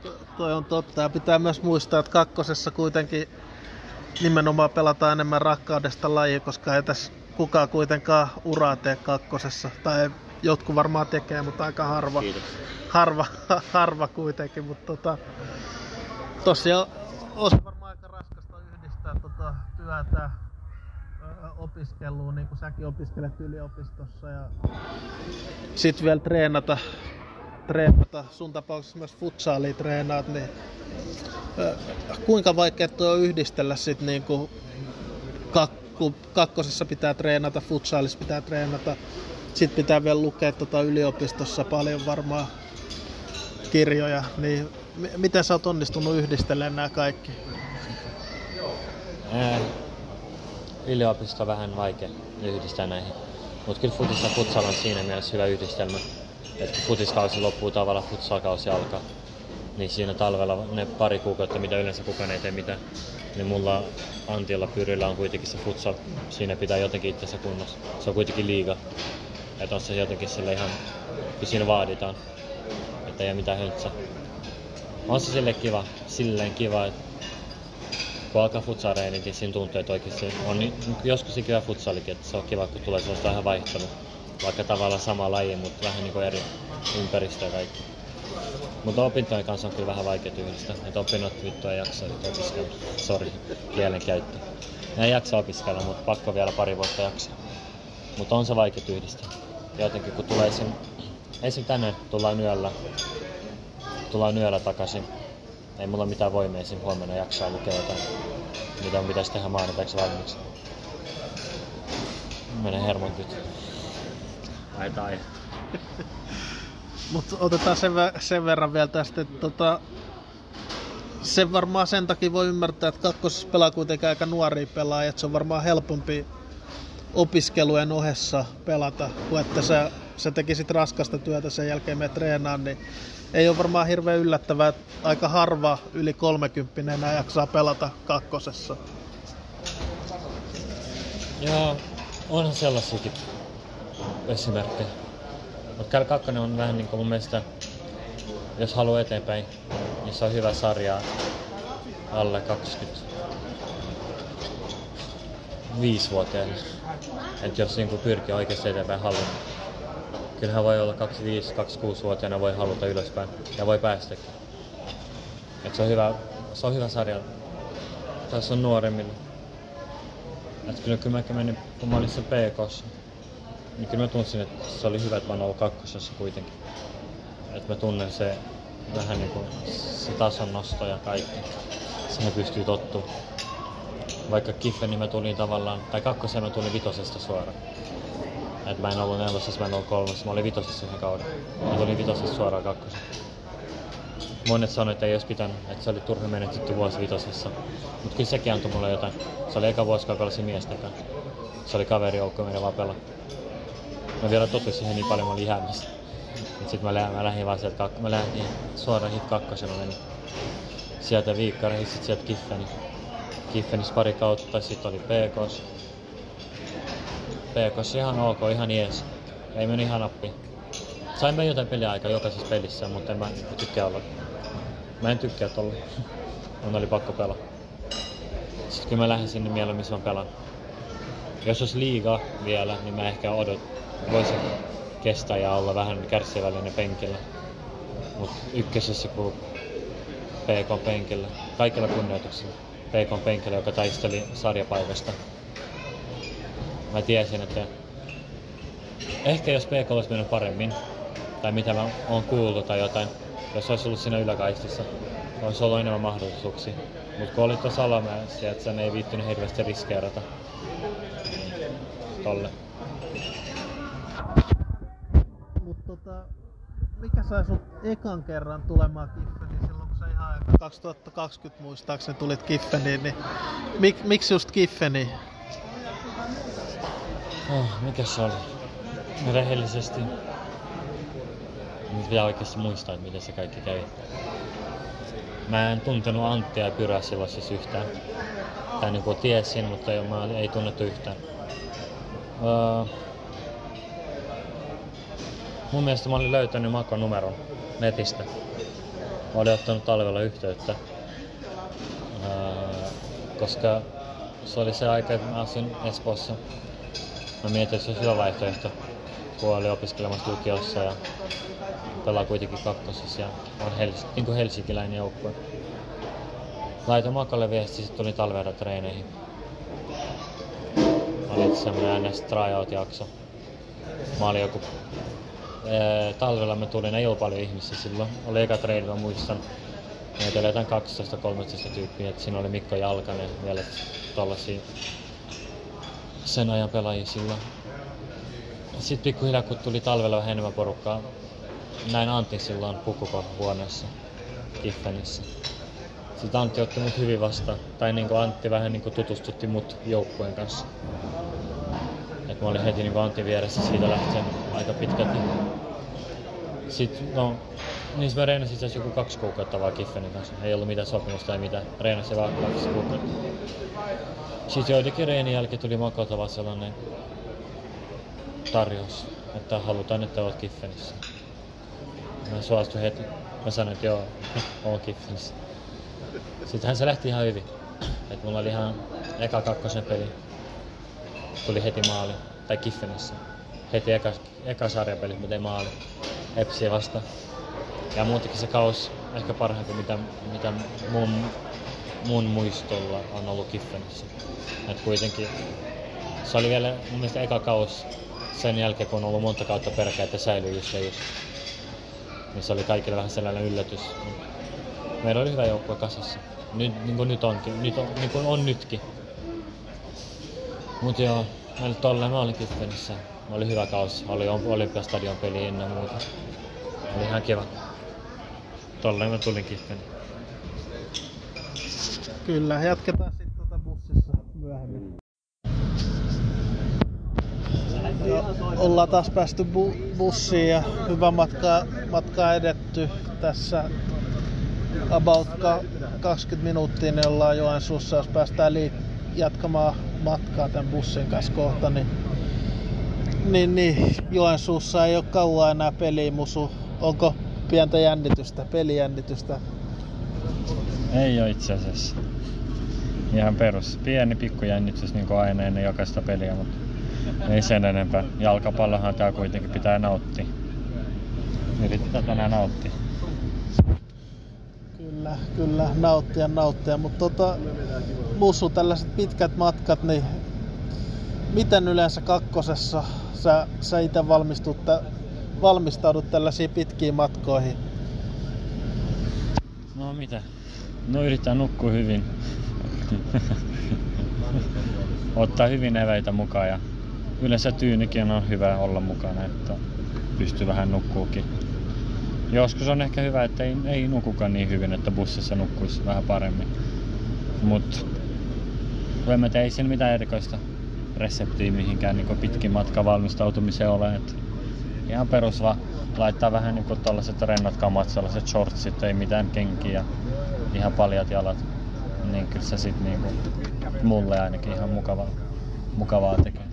Speaker 1: Toi on totta. Ja pitää myös muistaa, että kakkosessa kuitenkin nimenomaan pelataan enemmän rakkaudesta laji, koska ei tässä kukaan kuitenkaan uraa tee kakkosessa. Tai jotkut varmaan tekee, mutta aika harva.
Speaker 2: Kiitos.
Speaker 1: Harva kuitenkin, mutta tosiaan olisi varmaan aika raskasta yhdistää työtä opiskeluun, niin kuin säkin opiskelet yliopistossa, ja sit vielä treenata, sun tapauksessa myös futsaalia treenaat, niin kuinka vaikea tuo on yhdistellä sit niinku kakkosessa pitää treenata, futsaalissa pitää treenata, sit pitää vielä lukea yliopistossa paljon varmaan kirjoja, niin miten sä oot onnistunut yhdistelemään nämä kaikki?
Speaker 2: Yliopisto on vähän vaikea yhdistää näihin, mutta kyllä futis ja futsal on siinä mielessä hyvä yhdistelmä, että kun futiskausi loppuu tavallaan futsalkausi alkaa, niin siinä talvella ne pari kuukautta, mitä yleensä kukaan ei tee mitään, niin mulla Antilla Pyrillä on kuitenkin se futsal, siinä pitää jotenkin itsensä kunnossa, se on kuitenkin liiga, että on se jotenkin sille ihan, kun siinä vaaditaan, että ei ole mitään höltsää. On se silleen kiva, että kun alkaa futsareenit, niin siinä tuntuu, että oikeasti on joskus ikävä futsalikin, että se on kiva, kun tulee sellaista vähän vaihtelua. Vaikka tavallaan sama laji, mutta vähän niin kuin eri ympäristöä kaikki. Mutta opintojen kanssa on kyllä vähän vaikea yhdistää. Että opinnot vittu ei jaksa opiskella. Sori, kielenkäyttö. Ei jaksa opiskella, mutta pakko vielä pari vuotta jaksaa. Mutta on se vaikea yhdistää. Ja jotenkin kun tulee esim. Tänne tullaan yöllä takaisin. Ei mulla mitään voimia esim. Huomenna jaksaa lukea jotain, mitä on pitäisi tehdä maanantaiksi valmiiksi. Menee hermot nyt. Tai.
Speaker 1: Mutta otetaan sen verran vielä tästä, että sen varmaan sen takia voi ymmärtää, että kakkosessa pelaa kuitenkin aika nuoria pelaajia, että se on varmaan helpompi opiskelujen ohessa pelata, kuin että sä tekisit raskasta työtä sen jälkeen me treenaan, niin ei ole varmaan hirveän yllättävää, että aika harva yli 30 enää jaksaa pelata kakkosessa.
Speaker 2: Joo, onhan sellaisiakin esimerkkejä. Mutta kakkonen on vähän niin kuin mun mielestä, jos haluaa eteenpäin, niin se on hyvä sarja alle 25-vuotiaille. Että jos niin pyrkii oikeasti eteenpäin haluaa. Kyllähän voi olla 25-26-vuotiaana voi haluta ylöspäin ja voi päästäkin. Et se on hyvä sarja. Tässä on nuoremmille. Et kyllä mä menin, kun mä olin se PK:ssa, niin kyllä mä tunsin, että se oli hyvä, että mä oon ollut kakkosessa kuitenkin. Että mä tunnen se vähän niinku se tason nosto ja kaikki. Siihen pystyy tottumaan. Vaikka Kiffeni mä tulin tavallaan, tai kakkoseen mä tulin vitosesta suoraan. Et mä en ollut nelosessa, mä en ollut kolmessa, mä olin vitosessa yhden kauden. Mä tulin vitosesta suoraan kakkoseen. Monet sanoivat, että ei olisi pitänyt, että se oli turha menetetty vuosi vitosessa. Mutta kyllä sekin antoi mulle jotain. Se oli eka vuosi, kun pelasin miesten kanssa. Se oli kaverijoukko, meidän vaan pelaa. Mä vielä totuin siihen niin paljon, mä olin jäämässä. Sitten mä lähdin vaan sieltä, mä lähdin suoraan HIT 2, mä menin sieltä Viikkariin, sitten sieltä Kiffeni. Kiffenissä pari kautta, sitten oli PK:ssa. PK:ssa ihan ok, ihan jees. Ei meni ihan nappiin. Sain mä jotain peliaikaa jokaisessa pelissä, mutta en mä tykkää olla. Mä en tykkää tolla. Mun oli pakko pelaa. Sitten kun mä lähdin sinne mieluummin, missä mä pelaan. Jos olisi liiga vielä, niin mä ehkä voisin kestää ja olla vähän kärsivällinen penkillä. Mut ykkösessä kun PK penkillä, kaikilla kunnioituksilla, PK penkillä, joka taisteli sarjapaikasta. Mä tiesin, että ehkä jos PK olisi mennyt paremmin, tai mitä mä oon kuullut tai jotain, jos olisi ollut siinä yläkaistissa, olisi ollut enemmän mahdollisuuksia. Mutta kun olit tuossa alamäessä, että sen ei viittynyt hirveästi riskeerata. Tolle.
Speaker 1: Mikä sai sut ekan kerran tulemaan Kiffeniin silloin, kun sä ihan 2020 muistaakseni tulit Kiffeniin, niin miksi just Kiffeniin?
Speaker 2: Mikä se oli? Rehellisesti. Nyt pitää oikeasti muistaa, että miten se kaikki kävi. Mä en tuntenut Anttia ja Pyrää silloin siis yhtään. Tai niinku tiesin, mutta ei tunnettu yhtään. Mun mielestä mä olin löytänyt Makon numeron netistä. Mä olin ottanut talvella yhteyttä, koska se oli se aika, että mä asuin Espoossa. Mä mietin, että se olisi hyvä vaihtoehto, kun olin opiskelemassa lukiossa ja pelaa kuitenkin kakkosessa ja on niin kuin helsinkiläinen joukkue. Laitoin Makalle viesti, sitten tuli talvella treeneihin. Oli semmoinen NS tryout-jakso. Mä olin joku... talvella me tulin, ei ollut paljon ihmisiä silloin. Oli eka treeni, mä muistan. Meitä oli jotain 12-13 tyyppiä, että siinä oli Mikko Jalkanen vielä tollasia sen ajan pelaajia silloin. Sitten pikkuhiljaa kun tuli talvella vähän enemmän porukkaa, näin Antin silloin pukukouhuoneessa Kiffenissä. Sitten Antti otti mut hyvin vastaan, tai niinku Antti vähän niinku tutustutti mut joukkueen kanssa. Et mä olin heti niinku Antin vieressä siitä lähtien aika pitkälti. Sitten niin mä reenasin itse asiassa joku 2 kuukautta vaan Kiffenin kanssa. Ei ollut mitään sopimusta tai mitään. Reenasin vaan 2 kuukautta. Sitten joidenkin reenin jälkeen tuli Makolta vaan sellainen tarjous, että halutaan, että olet Kiffenissä. Mä suostuin heti. Mä sanoin, että joo, oon Kiffenissä. Sittenhän se lähti ihan hyvin. Et mulla oli ihan eka kakkosen peli. Tuli heti maali. Tai Kiffenissä. Heti eka sarjapeli, mutta ei maali. Epsiä vastaan. Ja muutenkin se kaus ehkä parhaimpi, mitä mun muistolla on ollut Kiffenissä. Et kuitenkin se oli vielä mun mielestä eka kaus sen jälkeen, kun on ollut monta kautta peräkkäin, että säilyi just se just. Niin se oli kaikille vähän sellainen yllätys. Meillä oli hyvä joukkue kasassa. Niin kuin nyt onkin. Niin kuin on nytkin. Mut joo, meillä tolleen mä olin Kiffenissä. Oli hyvä kausi. Oli Olympiastadion peli ennen muuta. Oli ihan kiva. Tolleen mä tulin Kiffeniin.
Speaker 1: Kyllä, jatketaan sitten bussissa myöhemmin. Ja ollaan taas päästy bussiin ja hyvä matka edetty. Tässä about 20 minuuttia niin ollaan Joensuussa, jos päästään jatkamaan matkaa tämän bussin kanssa kohta. Niin, Joensuussa ei ole kauan enää peliä, Musu. Onko pientä pelijännitystä?
Speaker 2: Ei ole itse asiassa. Ihan perus. Pieni pikkujännitys niin kuin aina ennen jokaista peliä, mutta ei sen enempää. Jalkapallohan tää kuitenkin pitää nauttia. Yritetään tänään nauttia.
Speaker 1: Kyllä, nauttia. Mutta Musu, tällaiset pitkät matkat, niin miten yleensä kakkosessa sä itse valmistaudut tällaisiin pitkiin matkoihin?
Speaker 2: No mitä? No yritetään nukkua hyvin. Ottaa hyvin eväitä mukaan ja yleensä tyynikin on hyvä olla mukana, että pystyy vähän nukkuukin. Joskus on ehkä hyvä, että ei nukukaan niin hyvin, että bussissa nukkuisi vähän paremmin. Mut ei siinä mitään erikoista reseptiä mihinkään niin pitkin matkan valmistautumiseen ole. Et ihan perus vaan laittaa vähän niin tollaset rennot kamat, sellaiset shortsit, ei mitään kenkiä, ihan paljat jalat. Niin kyllä se sit niinku mulle ainakin ihan mukavaa tekee.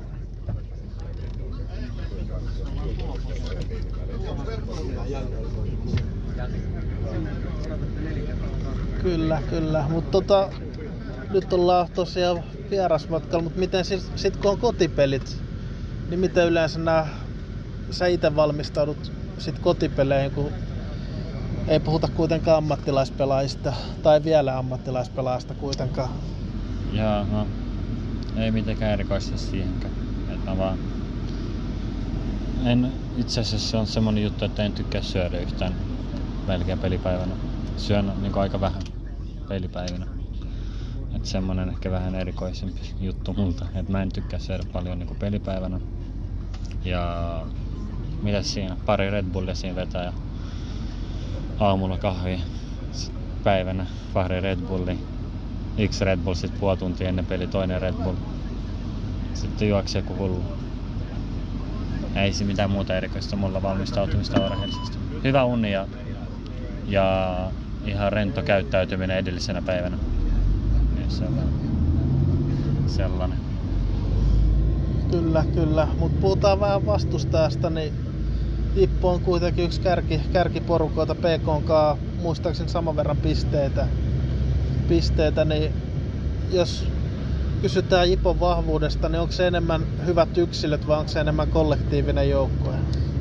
Speaker 1: Kyllä. Mutta nyt ollaan tosiaan vierasmatkalla, mutta miten sit kun on kotipelit, niin miten yleensä sä itse valmistaudut sit kotipeleihin, kun ei puhuta kuitenkaan ammattilaispelaajista, tai vielä ammattilaispelaajista kuitenkaan.
Speaker 2: Jaa, no, ei mitenkään erikoista siihenkään. Että vaan itse asiassa se on semmonen juttu, että en tykkää syödä yhtään melkein pelipäivänä. Syön niin aika vähän pelipäivinä. Että semmonen ehkä vähän erikoisempi juttu multa. Että mä en tykkää syödä paljon niin pelipäivänä. Ja mitäs siinä? Pari Red Bullia siinä vetää ja aamulla kahvia. Päivänä pari Red Bullia. Yksi Red Bull, sit puoli tuntia ennen peli toinen Red Bull. Sitten juoksee kuin hullu. Ei se mitään muuta erikoista mulla valmistautumista urheilusta. Hyvä uni ja ihan rento käyttäytyminen edellisenä päivänä. Sellainen.
Speaker 1: Kyllä. Mutta puhutaan vähän vastustajasta, niin Jippo on kuitenkin yksi kärkiporukoita PK:nkaan, muistaakseni saman verran pisteitä, niin jos kysytään Jipon vahvuudesta, niin onko se enemmän hyvät yksilöt vai onko se enemmän kollektiivinen joukkue?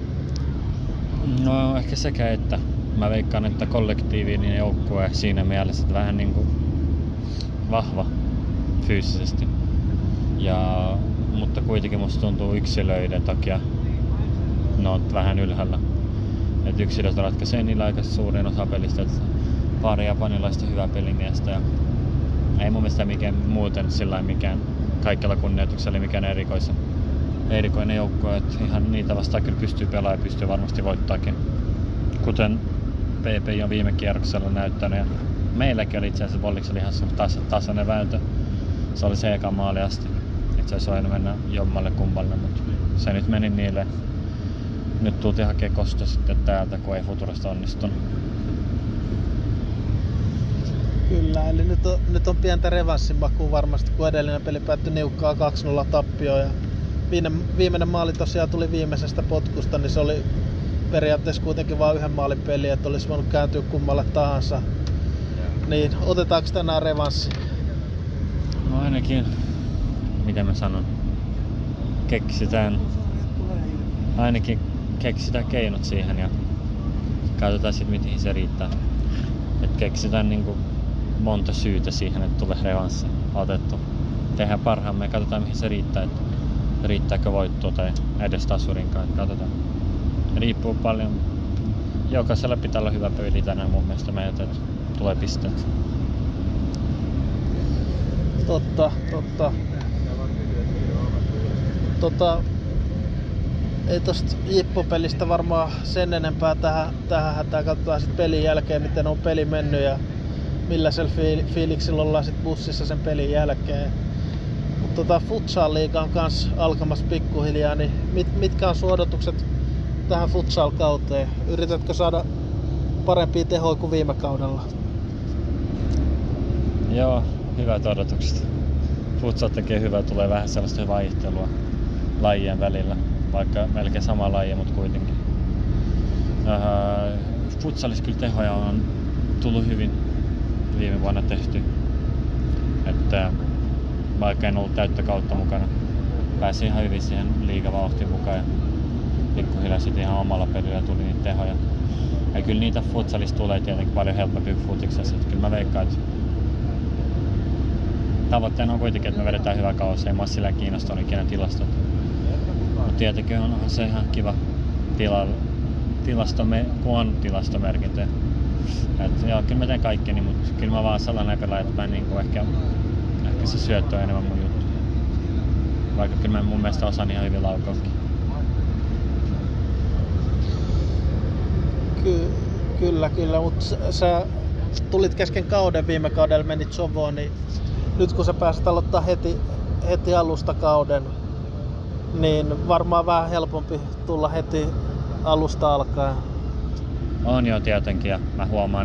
Speaker 2: No ehkä sekä että. Mä veikkaan, että kollektiivinen joukkue siinä mielessä, että vähän niinku vahva fyysisesti. Mutta kuitenkin musta tuntuu yksilöiden takia ne on vähän ylhäällä. Et yksilöt ratkaisee niillä aika suurin osa pelistä. Pari japanilaista hyvää pelimiestä. Ja ei mun mielestä muuten sillä mikään kaikella kunnioituksella mikään erikoinen joukko. Et ihan niitä vastaan kyllä pystyy pelaamaan ja pystyy varmasti voittaakin. Kuten PP on viime kierroksella näyttänyt. Ja meilläkin oli itse asiassa Bolliksella ihan tasainen vääntö. Se oli se eka maali asti. Itse asiassa on mennä jommalle kummalle, mutta se nyt meni niille. Nyt tultiin hakea kosto sitten täältä, kun ei Futurasta onnistunut.
Speaker 1: Kyllä, eli nyt on pientä revanssin makua varmasti, kun edellinen peli päättyi niukkaa 2-0 tappioon. Ja viimeinen maali tosiaan tuli viimeisestä potkusta, niin se oli periaatteessa kuitenkin vain yhden maalin peli, että olisi voinut kääntyä kummalle tahansa. Niin, otetaanko tänään revanssi?
Speaker 2: No ainakin, miten mä sanon, keksitään keinot siihen ja katsotaan sitten mihin se riittää. Et keksitään niinku monta syytä siihen, että tulee revanssi otettu. Tehdään parhaamme ja katsotaan mihin se riittää, että riittääkö voittoa tai edes tasurinkaan. Katsotaan. Riippuu paljon. Jokaisella pitää olla hyvä peli tänään mun mielestä meiltä, että tulee pisteet.
Speaker 1: Totta. Ei tosta Jippo-pelistä varmaan sen enempää tähän hätään. Katsotaan sit pelin jälkeen, miten on peli mennyt ja millaisella fiiliksillä ollaan sit bussissa sen pelin jälkeen. Mutta Futsal-liiga on kans alkamassa pikkuhiljaa, niin mitkä on sun odotukset tähän futsal-kauteen? Yritätkö saada parempia tehoja kuin viime kaudella?
Speaker 2: Joo, hyvät odotukset. Futsal tekee hyvää, tulee vähän sellaista vaihtelua lajien välillä, vaikka melkein sama laji, mutta kuitenkin. Futsalissa kyllä tehoja on tullut hyvin viime vuonna tehty. Että vaikka en ollut täyttä kautta mukana, pääsin ihan hyvin siihen liigavauhtiin mukaan ja pikkuhiljaa sitten ihan omalla pelillä tuli niitä tehoja. Ja kyllä niitä futsalista tulee tietenkin paljon helpompi kuin futiksessa. Kyllä mä veikkaan, että tavoitteena on kuitenkin, että me vedetään hyvä kausi. Ei mua sillä kiinnostunut ikinä tilastot. Mutta tietenkin onhan se ihan kiva kun on tilastomerkintöjä. Joo, kyllä mä teen kaikkeni, mutta kyllä mä vaan sellainen pelaaja, että mä niinku ehkä se syöttö on enemmän mun juttu. Vaikka kyllä mä mun mielestä osaan ihan hyvin laukauskin.
Speaker 1: Kyllä, mutta sä tulit kesken kauden viime kaudella, menit Sovoon, niin nyt kun sä pääset aloittaa heti alusta kauden, niin varmaan vähän helpompi tulla heti alusta alkaen.
Speaker 2: On jo tietenkin ja mä huomaan,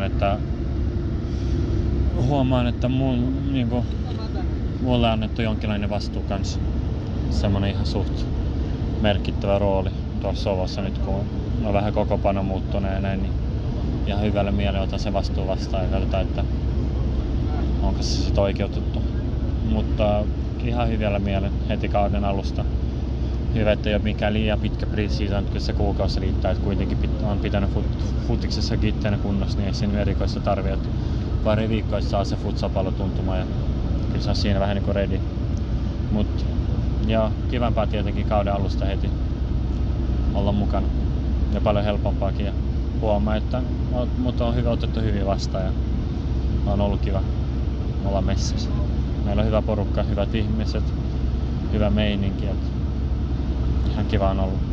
Speaker 2: että mulle on annettu jonkinlainen vastuu kanssa. Semmonen ihan suht merkittävä rooli tuossa Sovossa nyt kun on vähän kokopano muuttunut ja näin, niin ihan hyvällä mielellä otan se vastuu vastaan ja katsotaan, että onko se sit oikeutettu. Mutta ihan hyvällä mielellä heti kauden alusta. Hyvä, että ei ole mikään liian pitkä pre-season, kyllä se kuukausi riittää, että kuitenkin on pitänyt futiksessakin itteenä kunnossa, niin ei siinä erikoista tarvitse, että pari viikkoa saa se futsapallo tuntumaan ja kyllä se on siinä vähän niin kuin ready. Mut joo, kivampaa tietenkin kauden alusta heti olla mukana ja paljon helpompaakin ja huomaa, että mut on hyvä otettu hyvin vastaan ja on ollut kiva olla messissä. Meillä on hyvä porukka, hyvät ihmiset, hyvä meininki. Ihan kiva on ollut.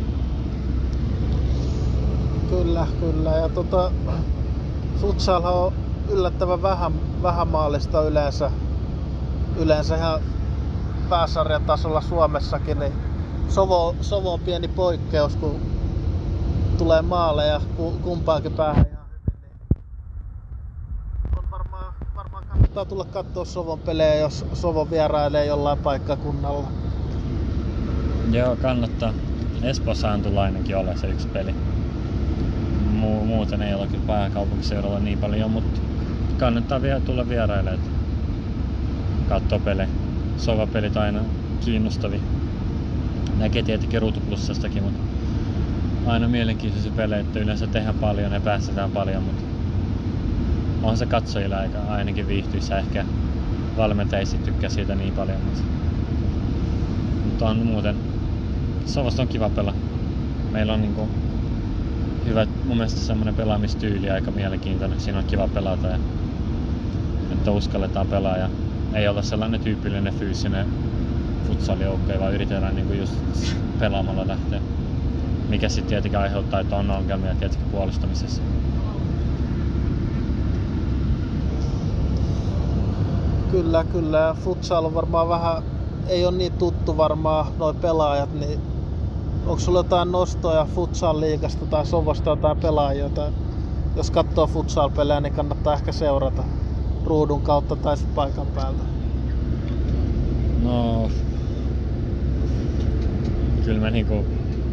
Speaker 1: Kyllä. Ja futsalhan on yllättävän vähän maalista yleensä ihan pääsarjan tasolla Suomessakin, niin Sovo on pieni poikkeus, kun tulee maaleja kumpaankin päähän ihan hyvin. Niin on varmaan kannattaa tulla katsoa Sovon pelejä, jos Sovo vierailee jollain paikkakunnalla.
Speaker 2: Joo, kannattaa. Espoossa on tullut ainakin olla se yksi peli. muuten ei ole kyllä pääkaupunkiseudulla niin paljon, mutta kannattaa vielä tulla vierailemaan. Katsoo pelejä. Sovapelit aina kiinnostavia. Näkee tietenkin Ruutuplussastakin, mutta aina mielenkiintoisia pelejä, että yleensä tehdään paljon ja päästetään paljon, mutta on se katsojilla ainakin viihtyisä. Ehkä valmentajia tykkää siitä niin paljon, mutta on muuten Sovasta on kiva pelaa. Meillä on niinku hyvä, mun mielestä semmonen pelaamistyyli aika mielenkiintoinen. Siinä on kiva pelata ja että uskalletaan pelaa ja ei olla sellainen tyypillinen fyysinen futsalijoukko, vaan yritetään niinku just pelaamalla lähteä. Mikä sitten tietenkin aiheuttaa, että on ongelmia tietenkin puolustamisessa.
Speaker 1: Kyllä. Futsal on varmaan vähän, ei ole niin tuttu varmaan noi pelaajat, niin onko sulla jotain nostoja futsal-liigasta tai Sovasta jotain pelaajia, jos katsoo futsal-pelejä, niin kannattaa ehkä seurata ruudun kautta tai sit paikan päältä?
Speaker 2: No, kyllä mä niinku,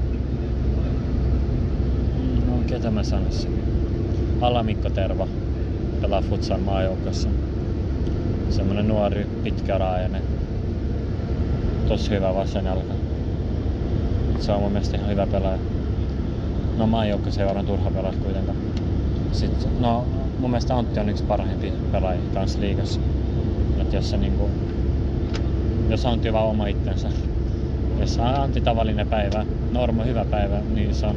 Speaker 2: ketä mä sanoisin? Ala-Mikko Terva pelaa futsal maajoukkossa. Semmonen nuori, pitkäraajainen, tosi hyvä vasen jalka. Se on mun mielestä ihan hyvä pelaaja. No maajoukkoseuraan turha pelata kuitenkaan. Sitten, no mun mielestä Antti on yksi parhaimpia pelaajia kanssa liigassa. Et jos Antti on vaan oma itsensä. Jos on Antti tavallinen päivä, Normo hyvä päivä, niin se on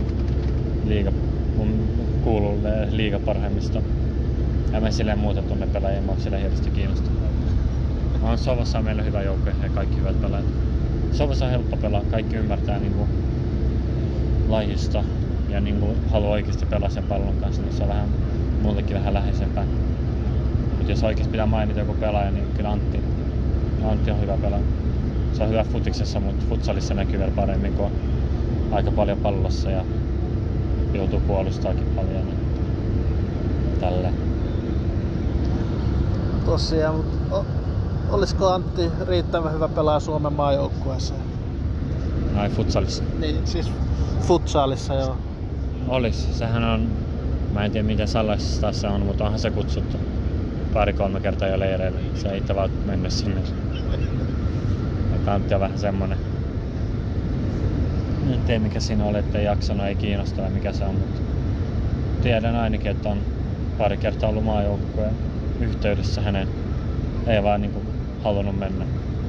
Speaker 2: kuuluu liiga parhaimmista. Ja me silleen muuta tunne pelaajia, mä oon silleen hirveästi kiinnostunut. Sovassa on meillä hyvä joukko ja kaikki hyvät pelaajat. Sovassa on helppo pelaa, kaikki ymmärtää niinku lajista ja niinku haluaa oikeasti pelaa sen pallon kanssa, niin se on mullekin vähän läheisempää. Mut jos oikeasti pitää mainita joku pelaaja, niin kyllä Antti on hyvä pelaaja. Se on hyvä futiksessa, mutta futsalissa näkyy vielä paremmin, kun on aika paljon pallossa ja joutuu puolustaakin paljon. Niin tälleen.
Speaker 1: Tosiaan, mutta olisiko Antti riittävän hyvä pelaaja Suomen maajoukkueeseen?
Speaker 2: Ai futsalissa?
Speaker 1: Niin, siis futsalissa joo.
Speaker 2: Olis. Sehän on, mä en tiedä miten salaisesta se on, mutta onhan se kutsuttu 2-3 kertaa jo leireille. Se ei itse vaan mennyt sinne. Antti on vähän semmonen. En tiedä mikä siinä oli, ettei jaksanut, ei kiinnosta mikä se on, mutta tiedän ainakin, että on 2 kertaa ollut maajoukkueen yhteydessä hänen. Ei vaan niinku halunnut mennä.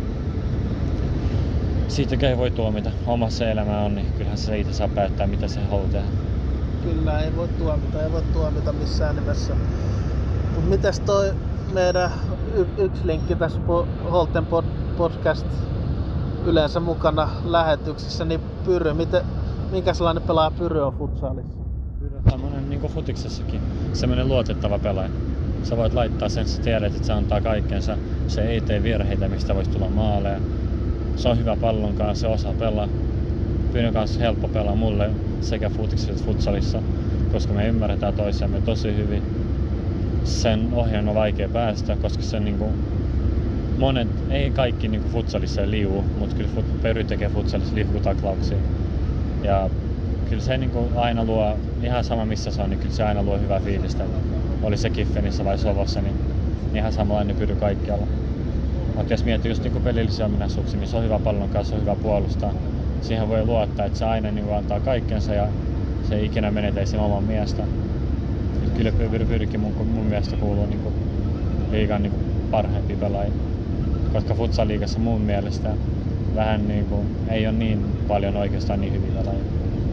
Speaker 2: Siitäkään ei voi tuomita. Omassa elämä on, niin kyllähän se itse saa päättää, mitä se haluaa tehdä.
Speaker 1: Kyllä, ei voi tuomita missään nimessä. Mut mitäs toi meidän yksi linkki tässä Holten podcast yleensä mukana lähetyksissä, niin Pyry, minkä sellainen pelaaja Pyry on futsalissa?
Speaker 2: Pyry on tämmönen niinku futiksessakin, semmonen luotettava pelaaja. Sä voit laittaa sen, sä tiedät, että se antaa kaikkensa. Se ei tee virheitä, mistä voisi tulla maaleja. Se on hyvä pallon kanssa, se osaa pelaa. Pyryn kanssa helppo pelaa mulle sekä futiksessa että futsalissa, koska me ymmärretään toisiamme tosi hyvin. Sen ohjaan on vaikea päästä, koska se niinku ei kaikki niinku futsalissa liivu, mutta kyllä Pyry tekee futsalissa liukutaklauksia. Ja kyllä se niinku aina luo, ihan sama missä se on, niin kyllä se aina luo hyvää fiilistä. Oli se Kiffenissä vai Sovossa, niin ihan samanlainen Pyry kaikkialla. Mutta jos miettii just niinku pelillisiä ominaisuuksia, niin se on hyvä pallon kanssa, on hyvä puolustaa. Siihen voi luottaa, että se aina niinku antaa kaikkensa ja se ei ikinä menetä sen oman miestä. Kyllä Pyrykin mun mielestä kuuluu niinku liigan niinku parhaimpia pelaajia. Koska futsal-liigassa mun mielestä vähän niinku ei ole niin paljon oikeastaan niin hyviä pelaajia.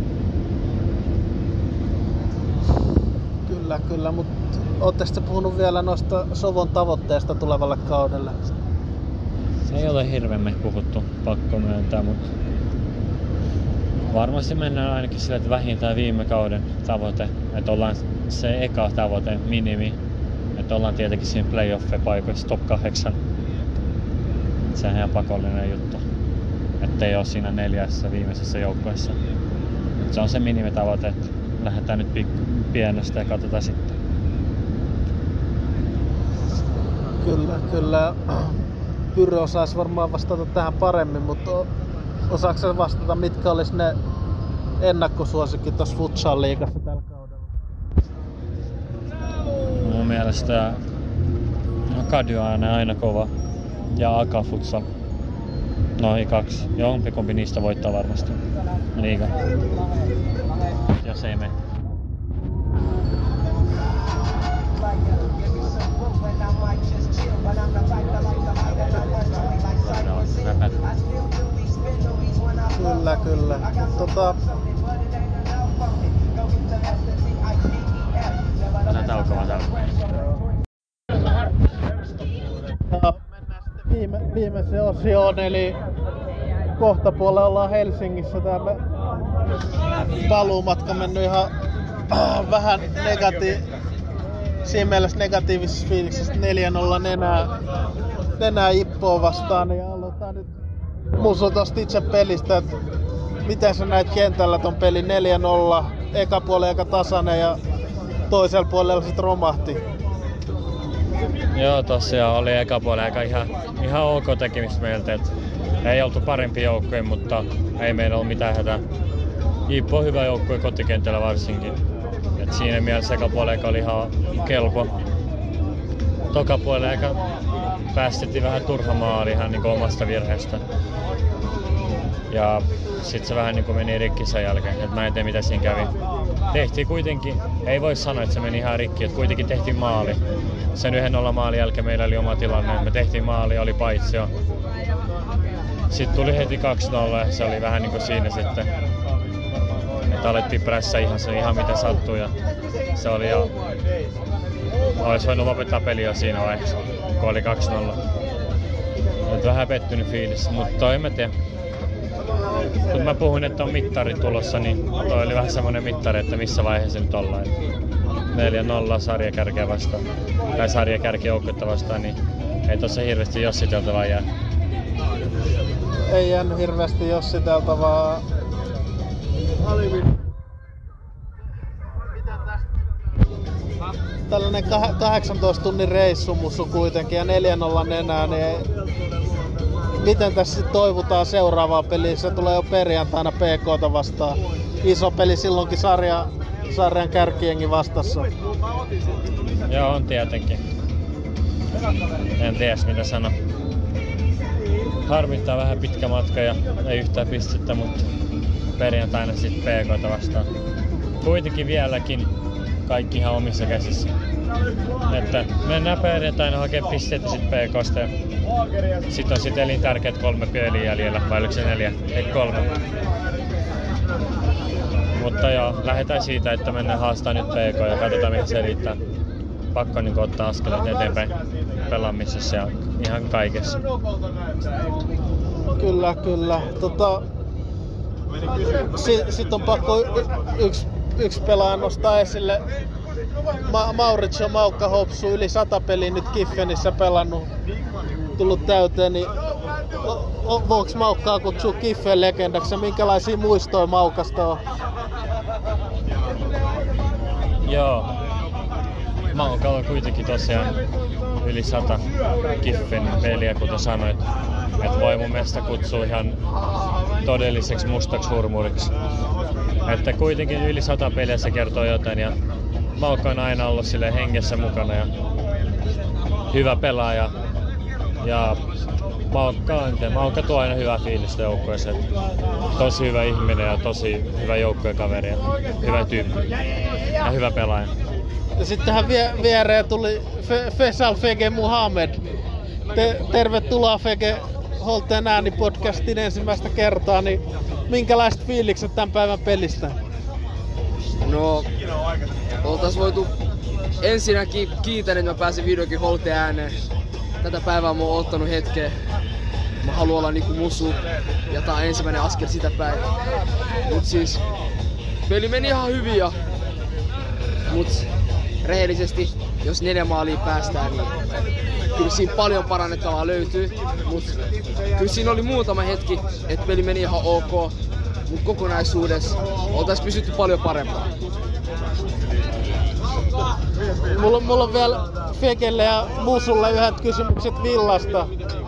Speaker 1: Kyllä, mutta ootte sitten puhunut vielä noista Sovon tavoitteista tulevalle kaudelle?
Speaker 2: Ei ole hirveämmin puhuttu, pakko myöntää, mutta varmasti mennään ainakin sille, että vähintään viime kauden tavoite, että ollaan se eka tavoite, minimi, että ollaan tietenkin siinä playoff-paikoissa top 8. Sehän on ihan pakollinen juttu, ettei ole siinä 4 viimeisessä joukkueessa. Se on se minimitavoite, että lähdetään nyt pienestä ja katsotaan sitten.
Speaker 1: Kyllä. Pyry osaisi varmaan vastata tähän paremmin, mutta osaatko sä vastata, mitkä olisi ne ennakkosuosikit tuossa futsal-liigassa tällä kaudella?
Speaker 2: mielestä Kadioane aina kova ja Akafutsa. Noin 2. Jompikumpi niistä voittaa varmasti liiga. Jos ei mene.
Speaker 1: Kyllä.
Speaker 2: Tätä taukoa täällä.
Speaker 1: Mennään sitten viimeiseen osioon, eli kohtapuolella ollaan Helsingissä. Tää paluumatka mennyt ihan vähän siinä mielessä negatiivisessa fiiliksessä 4-0 nenää Ippoa vastaan. Ja aloitetaan nyt Musu tosta itse pelistä, että miten sä näit kentällä ton pelin 4-0, eka puoli aika tasainen ja toisella puolella sit romahti.
Speaker 2: Joo, tosiaan oli eka puoli aika ihan ok tekemistä meiltä, et ei oltu parempi joukkoja, mutta ei meillä ollut mitään hätää. Ippo on hyvä joukkue kotikentällä varsinkin. Et siinä mielessä eka puoli oli ihan kelpo. Toka puoli aika päästettiin vähän turha maali ihan niin omasta virheestä. Ja sit se vähän niin meni rikki sen jälkeen, et mä en tiedä mitä siinä kävi. Tehtiin kuitenkin, ei voi sanoa, että se meni ihan rikki, että kuitenkin tehtiin maali. Sen 1-0 maalin jälkeen meillä oli oma tilanne, me tehtiin maali, oli paitsio. Sitten tuli heti 2-0 ja se oli vähän niin kuin siinä sitten. Että alettiin prässä ihan miten sattuu ja se oli jo... Olisi voinut lopettaa peli jo siinä vaiheessa, kun oli 2-0. Et vähän pettynyt fiilis, mutta en mä tiedä. Kun mä puhuin, että on mittari tulossa, niin toi oli vähän semmonen mittari, että missä vaiheessa nyt ollaan. 4-0 sarjakärkeä vastaan, tai sarjakärkijoukkuetta vastaan, niin ei tossa hirveästi jossiteltavaa jää.
Speaker 1: Ei jäänyt hirveästi jossiteltavaa. Tällainen 18 tunnin reissu Musu kuitenkin ja 4-0 nenää, niin miten tässä sitten toivotaan seuraavaan peliin? Se tulee jo perjantaina PK:ta vastaan. Iso peli silloinkin sarjan kärkiengi vastassa.
Speaker 2: Joo, on tietenkin. En tiedä mitä sano. Harmittaa vähän pitkä matka ja ei yhtään pistettä, mutta perjantaina sitten PK:ta vastaan. Kuitenkin vieläkin kaikki ihan omissa käsissä. Että mennään perjantaina hakemaan pisteitä sitten PK:sta. Sitten on sitten elintärkeät 3 peliä jäljellä, vai oliko se 4? Ei 3. Mutta joo, lähdetään siitä, että mennään haastaa nyt PK ja katsotaan mihin se riittää. Pakko niin ottaa askeleet eteenpäin pelaamisessa ja ihan kaikessa.
Speaker 1: Kyllä. Sitten on pakko yksi pelaaja nostaa esille. Mauricio Maukka Hopsu yli 100 peliä nyt Kiffenissä pelannut, tullut täyteen, niin voiko Maukkaa kutsua Kiffen legendaksi ja minkälaisia muistoja Maukasta on?
Speaker 2: Joo, Maukalla on kuitenkin tosiaan yli 100 Kiffen peliä, kuten sanoit. Että voi mun mielestä kutsua ihan todelliseksi mustaksi hurmuriksi. Että kuitenkin yli 100 peliä se kertoo jotain ja Maukka on aina ollut sille hengessä mukana ja hyvä pelaaja. Ja Maukka tuo aina hyvää fiilistä joukkueeseen. Tosi hyvä ihminen ja tosi hyvä joukkuekaveri ja hyvä tyyppi ja hyvä pelaaja.
Speaker 1: Ja sitten tähän viereen tuli Faisal Fege Muhammed. Tervetuloa Fege Holteen ääni-podcastin ensimmäistä kertaa. Niin minkälaiset fiilikset tämän päivän pelistä?
Speaker 4: No, oltais voitu ensinnäkin kiitän, että mä pääsin vihdoinkin Holteen ääneen. Tätä päivää mä oon ottanut hetkeä. Mä haluan olla niinku Musu ja tää on ensimmäinen askel sitä päin. Mut siis, peli meni ihan hyvin ja... Mut rehellisesti, jos 4 maalia päästään, niin kyllä siinä paljon parannettavaa löytyy. Mut kyllä siinä oli muutama hetki, että peli meni ihan ok. Mut kokonaisuudessa oltais pysytty paljon parempaa.
Speaker 1: Mulla on vielä Fegelle ja Musulle yhdet kysymykset Villasta.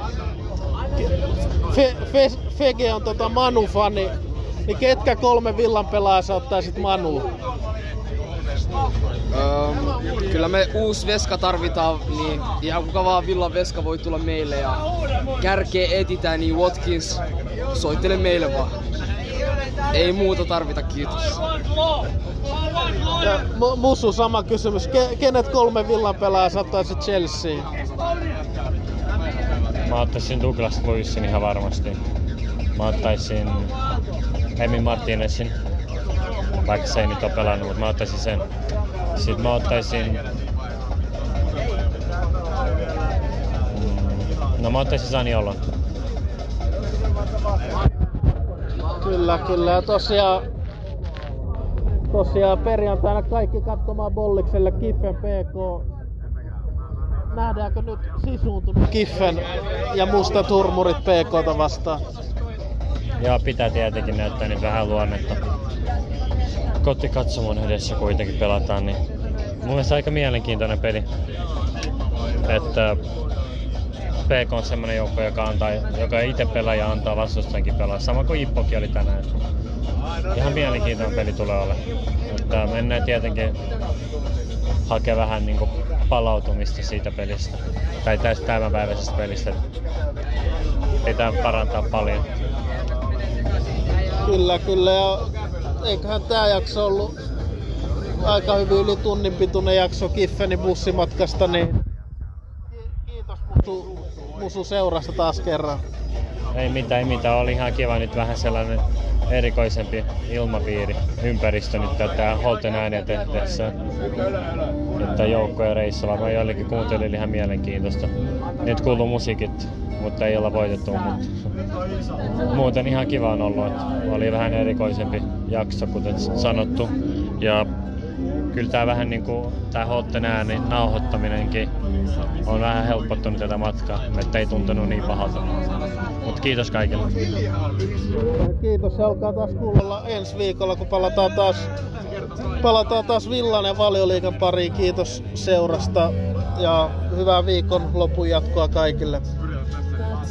Speaker 1: Fege on Manu-fani, niin ketkä 3 Villan pelaajaa sä ottaisit Manuun?
Speaker 4: kyllä me uusi veska tarvitaan, niin ihan kuka vaan Villan veska voi tulla meille ja kärkeä etitään, niin Watkins, soittele meille vaan. Ei muuta tarvita, kiitos.
Speaker 1: Ja Musu, sama kysymys. Kenet 3 Villan pelaajaa saattaisi Chelsea?
Speaker 2: Mä ottaisin Douglas Luizin ihan varmasti. Mä ottaisin Emi Martinezin, vaikka se ei nyt ole pelannut, mutta mä ottaisin sen. Sitten mä ottaisin... No mä ottaisin Zaniolon.
Speaker 1: Kyllä. Ja tosiaan perjantaina kaikki katsomaan Bollikselle Kiffen PK. Nähdäänkö nyt sisuuntunut Kiffen ja Mustat Hurmurit PK:ta vastaan?
Speaker 2: Ja pitää tietenkin näyttää nyt vähän luonnetta. Kotikatsomon edessä kuitenkin pelataan, niin mun mielestä aika mielenkiintoinen peli. Että PK on semmonen joukko, joka itse pelaa ja antaa vastustajankin pelaa. Sama kuin Ippokin oli tänään. Ihan mielenkiintoinen peli tulee olla. Mutta mennään tietenkin hakea vähän niinku palautumista siitä pelistä. Tai tästä tämänpäiväisestä pelistä. Pitää parantaa paljon.
Speaker 1: Kyllä. Ja eiköhän tää jakso ollut aika hyvin yli tunnin pituinen jakso Kiffenin bussimatkasta, niin kiitos Musu seurasta taas kerran.
Speaker 2: Ei mitään. Oli ihan kiva nyt vähän sellainen erikoisempi ilmapiiri, ympäristö nyt tätä Holten ääniä tehdessä. Että joukkojen reissu varmaan joillekin kuuntelijoille ihan mielenkiintoista. Nyt kuuluu musiikit, mutta ei olla voitettu. Mutta muuten ihan kiva on ollut, että oli vähän erikoisempi jakso, kuten sanottu. Ja kyllä tää vähän niinku tää Holten ääni nauhoittaminenkin on vähän helpottunut tätä matkaa, että ei tuntunut niin pahalta. Mut kiitos kaikille.
Speaker 1: Kiitos ja olkaa taas kuulolla ensi viikolla, kun palataan taas Villan ja Valioliigan pariin. Kiitos seurasta ja hyvää viikon lopun jatkoa kaikille.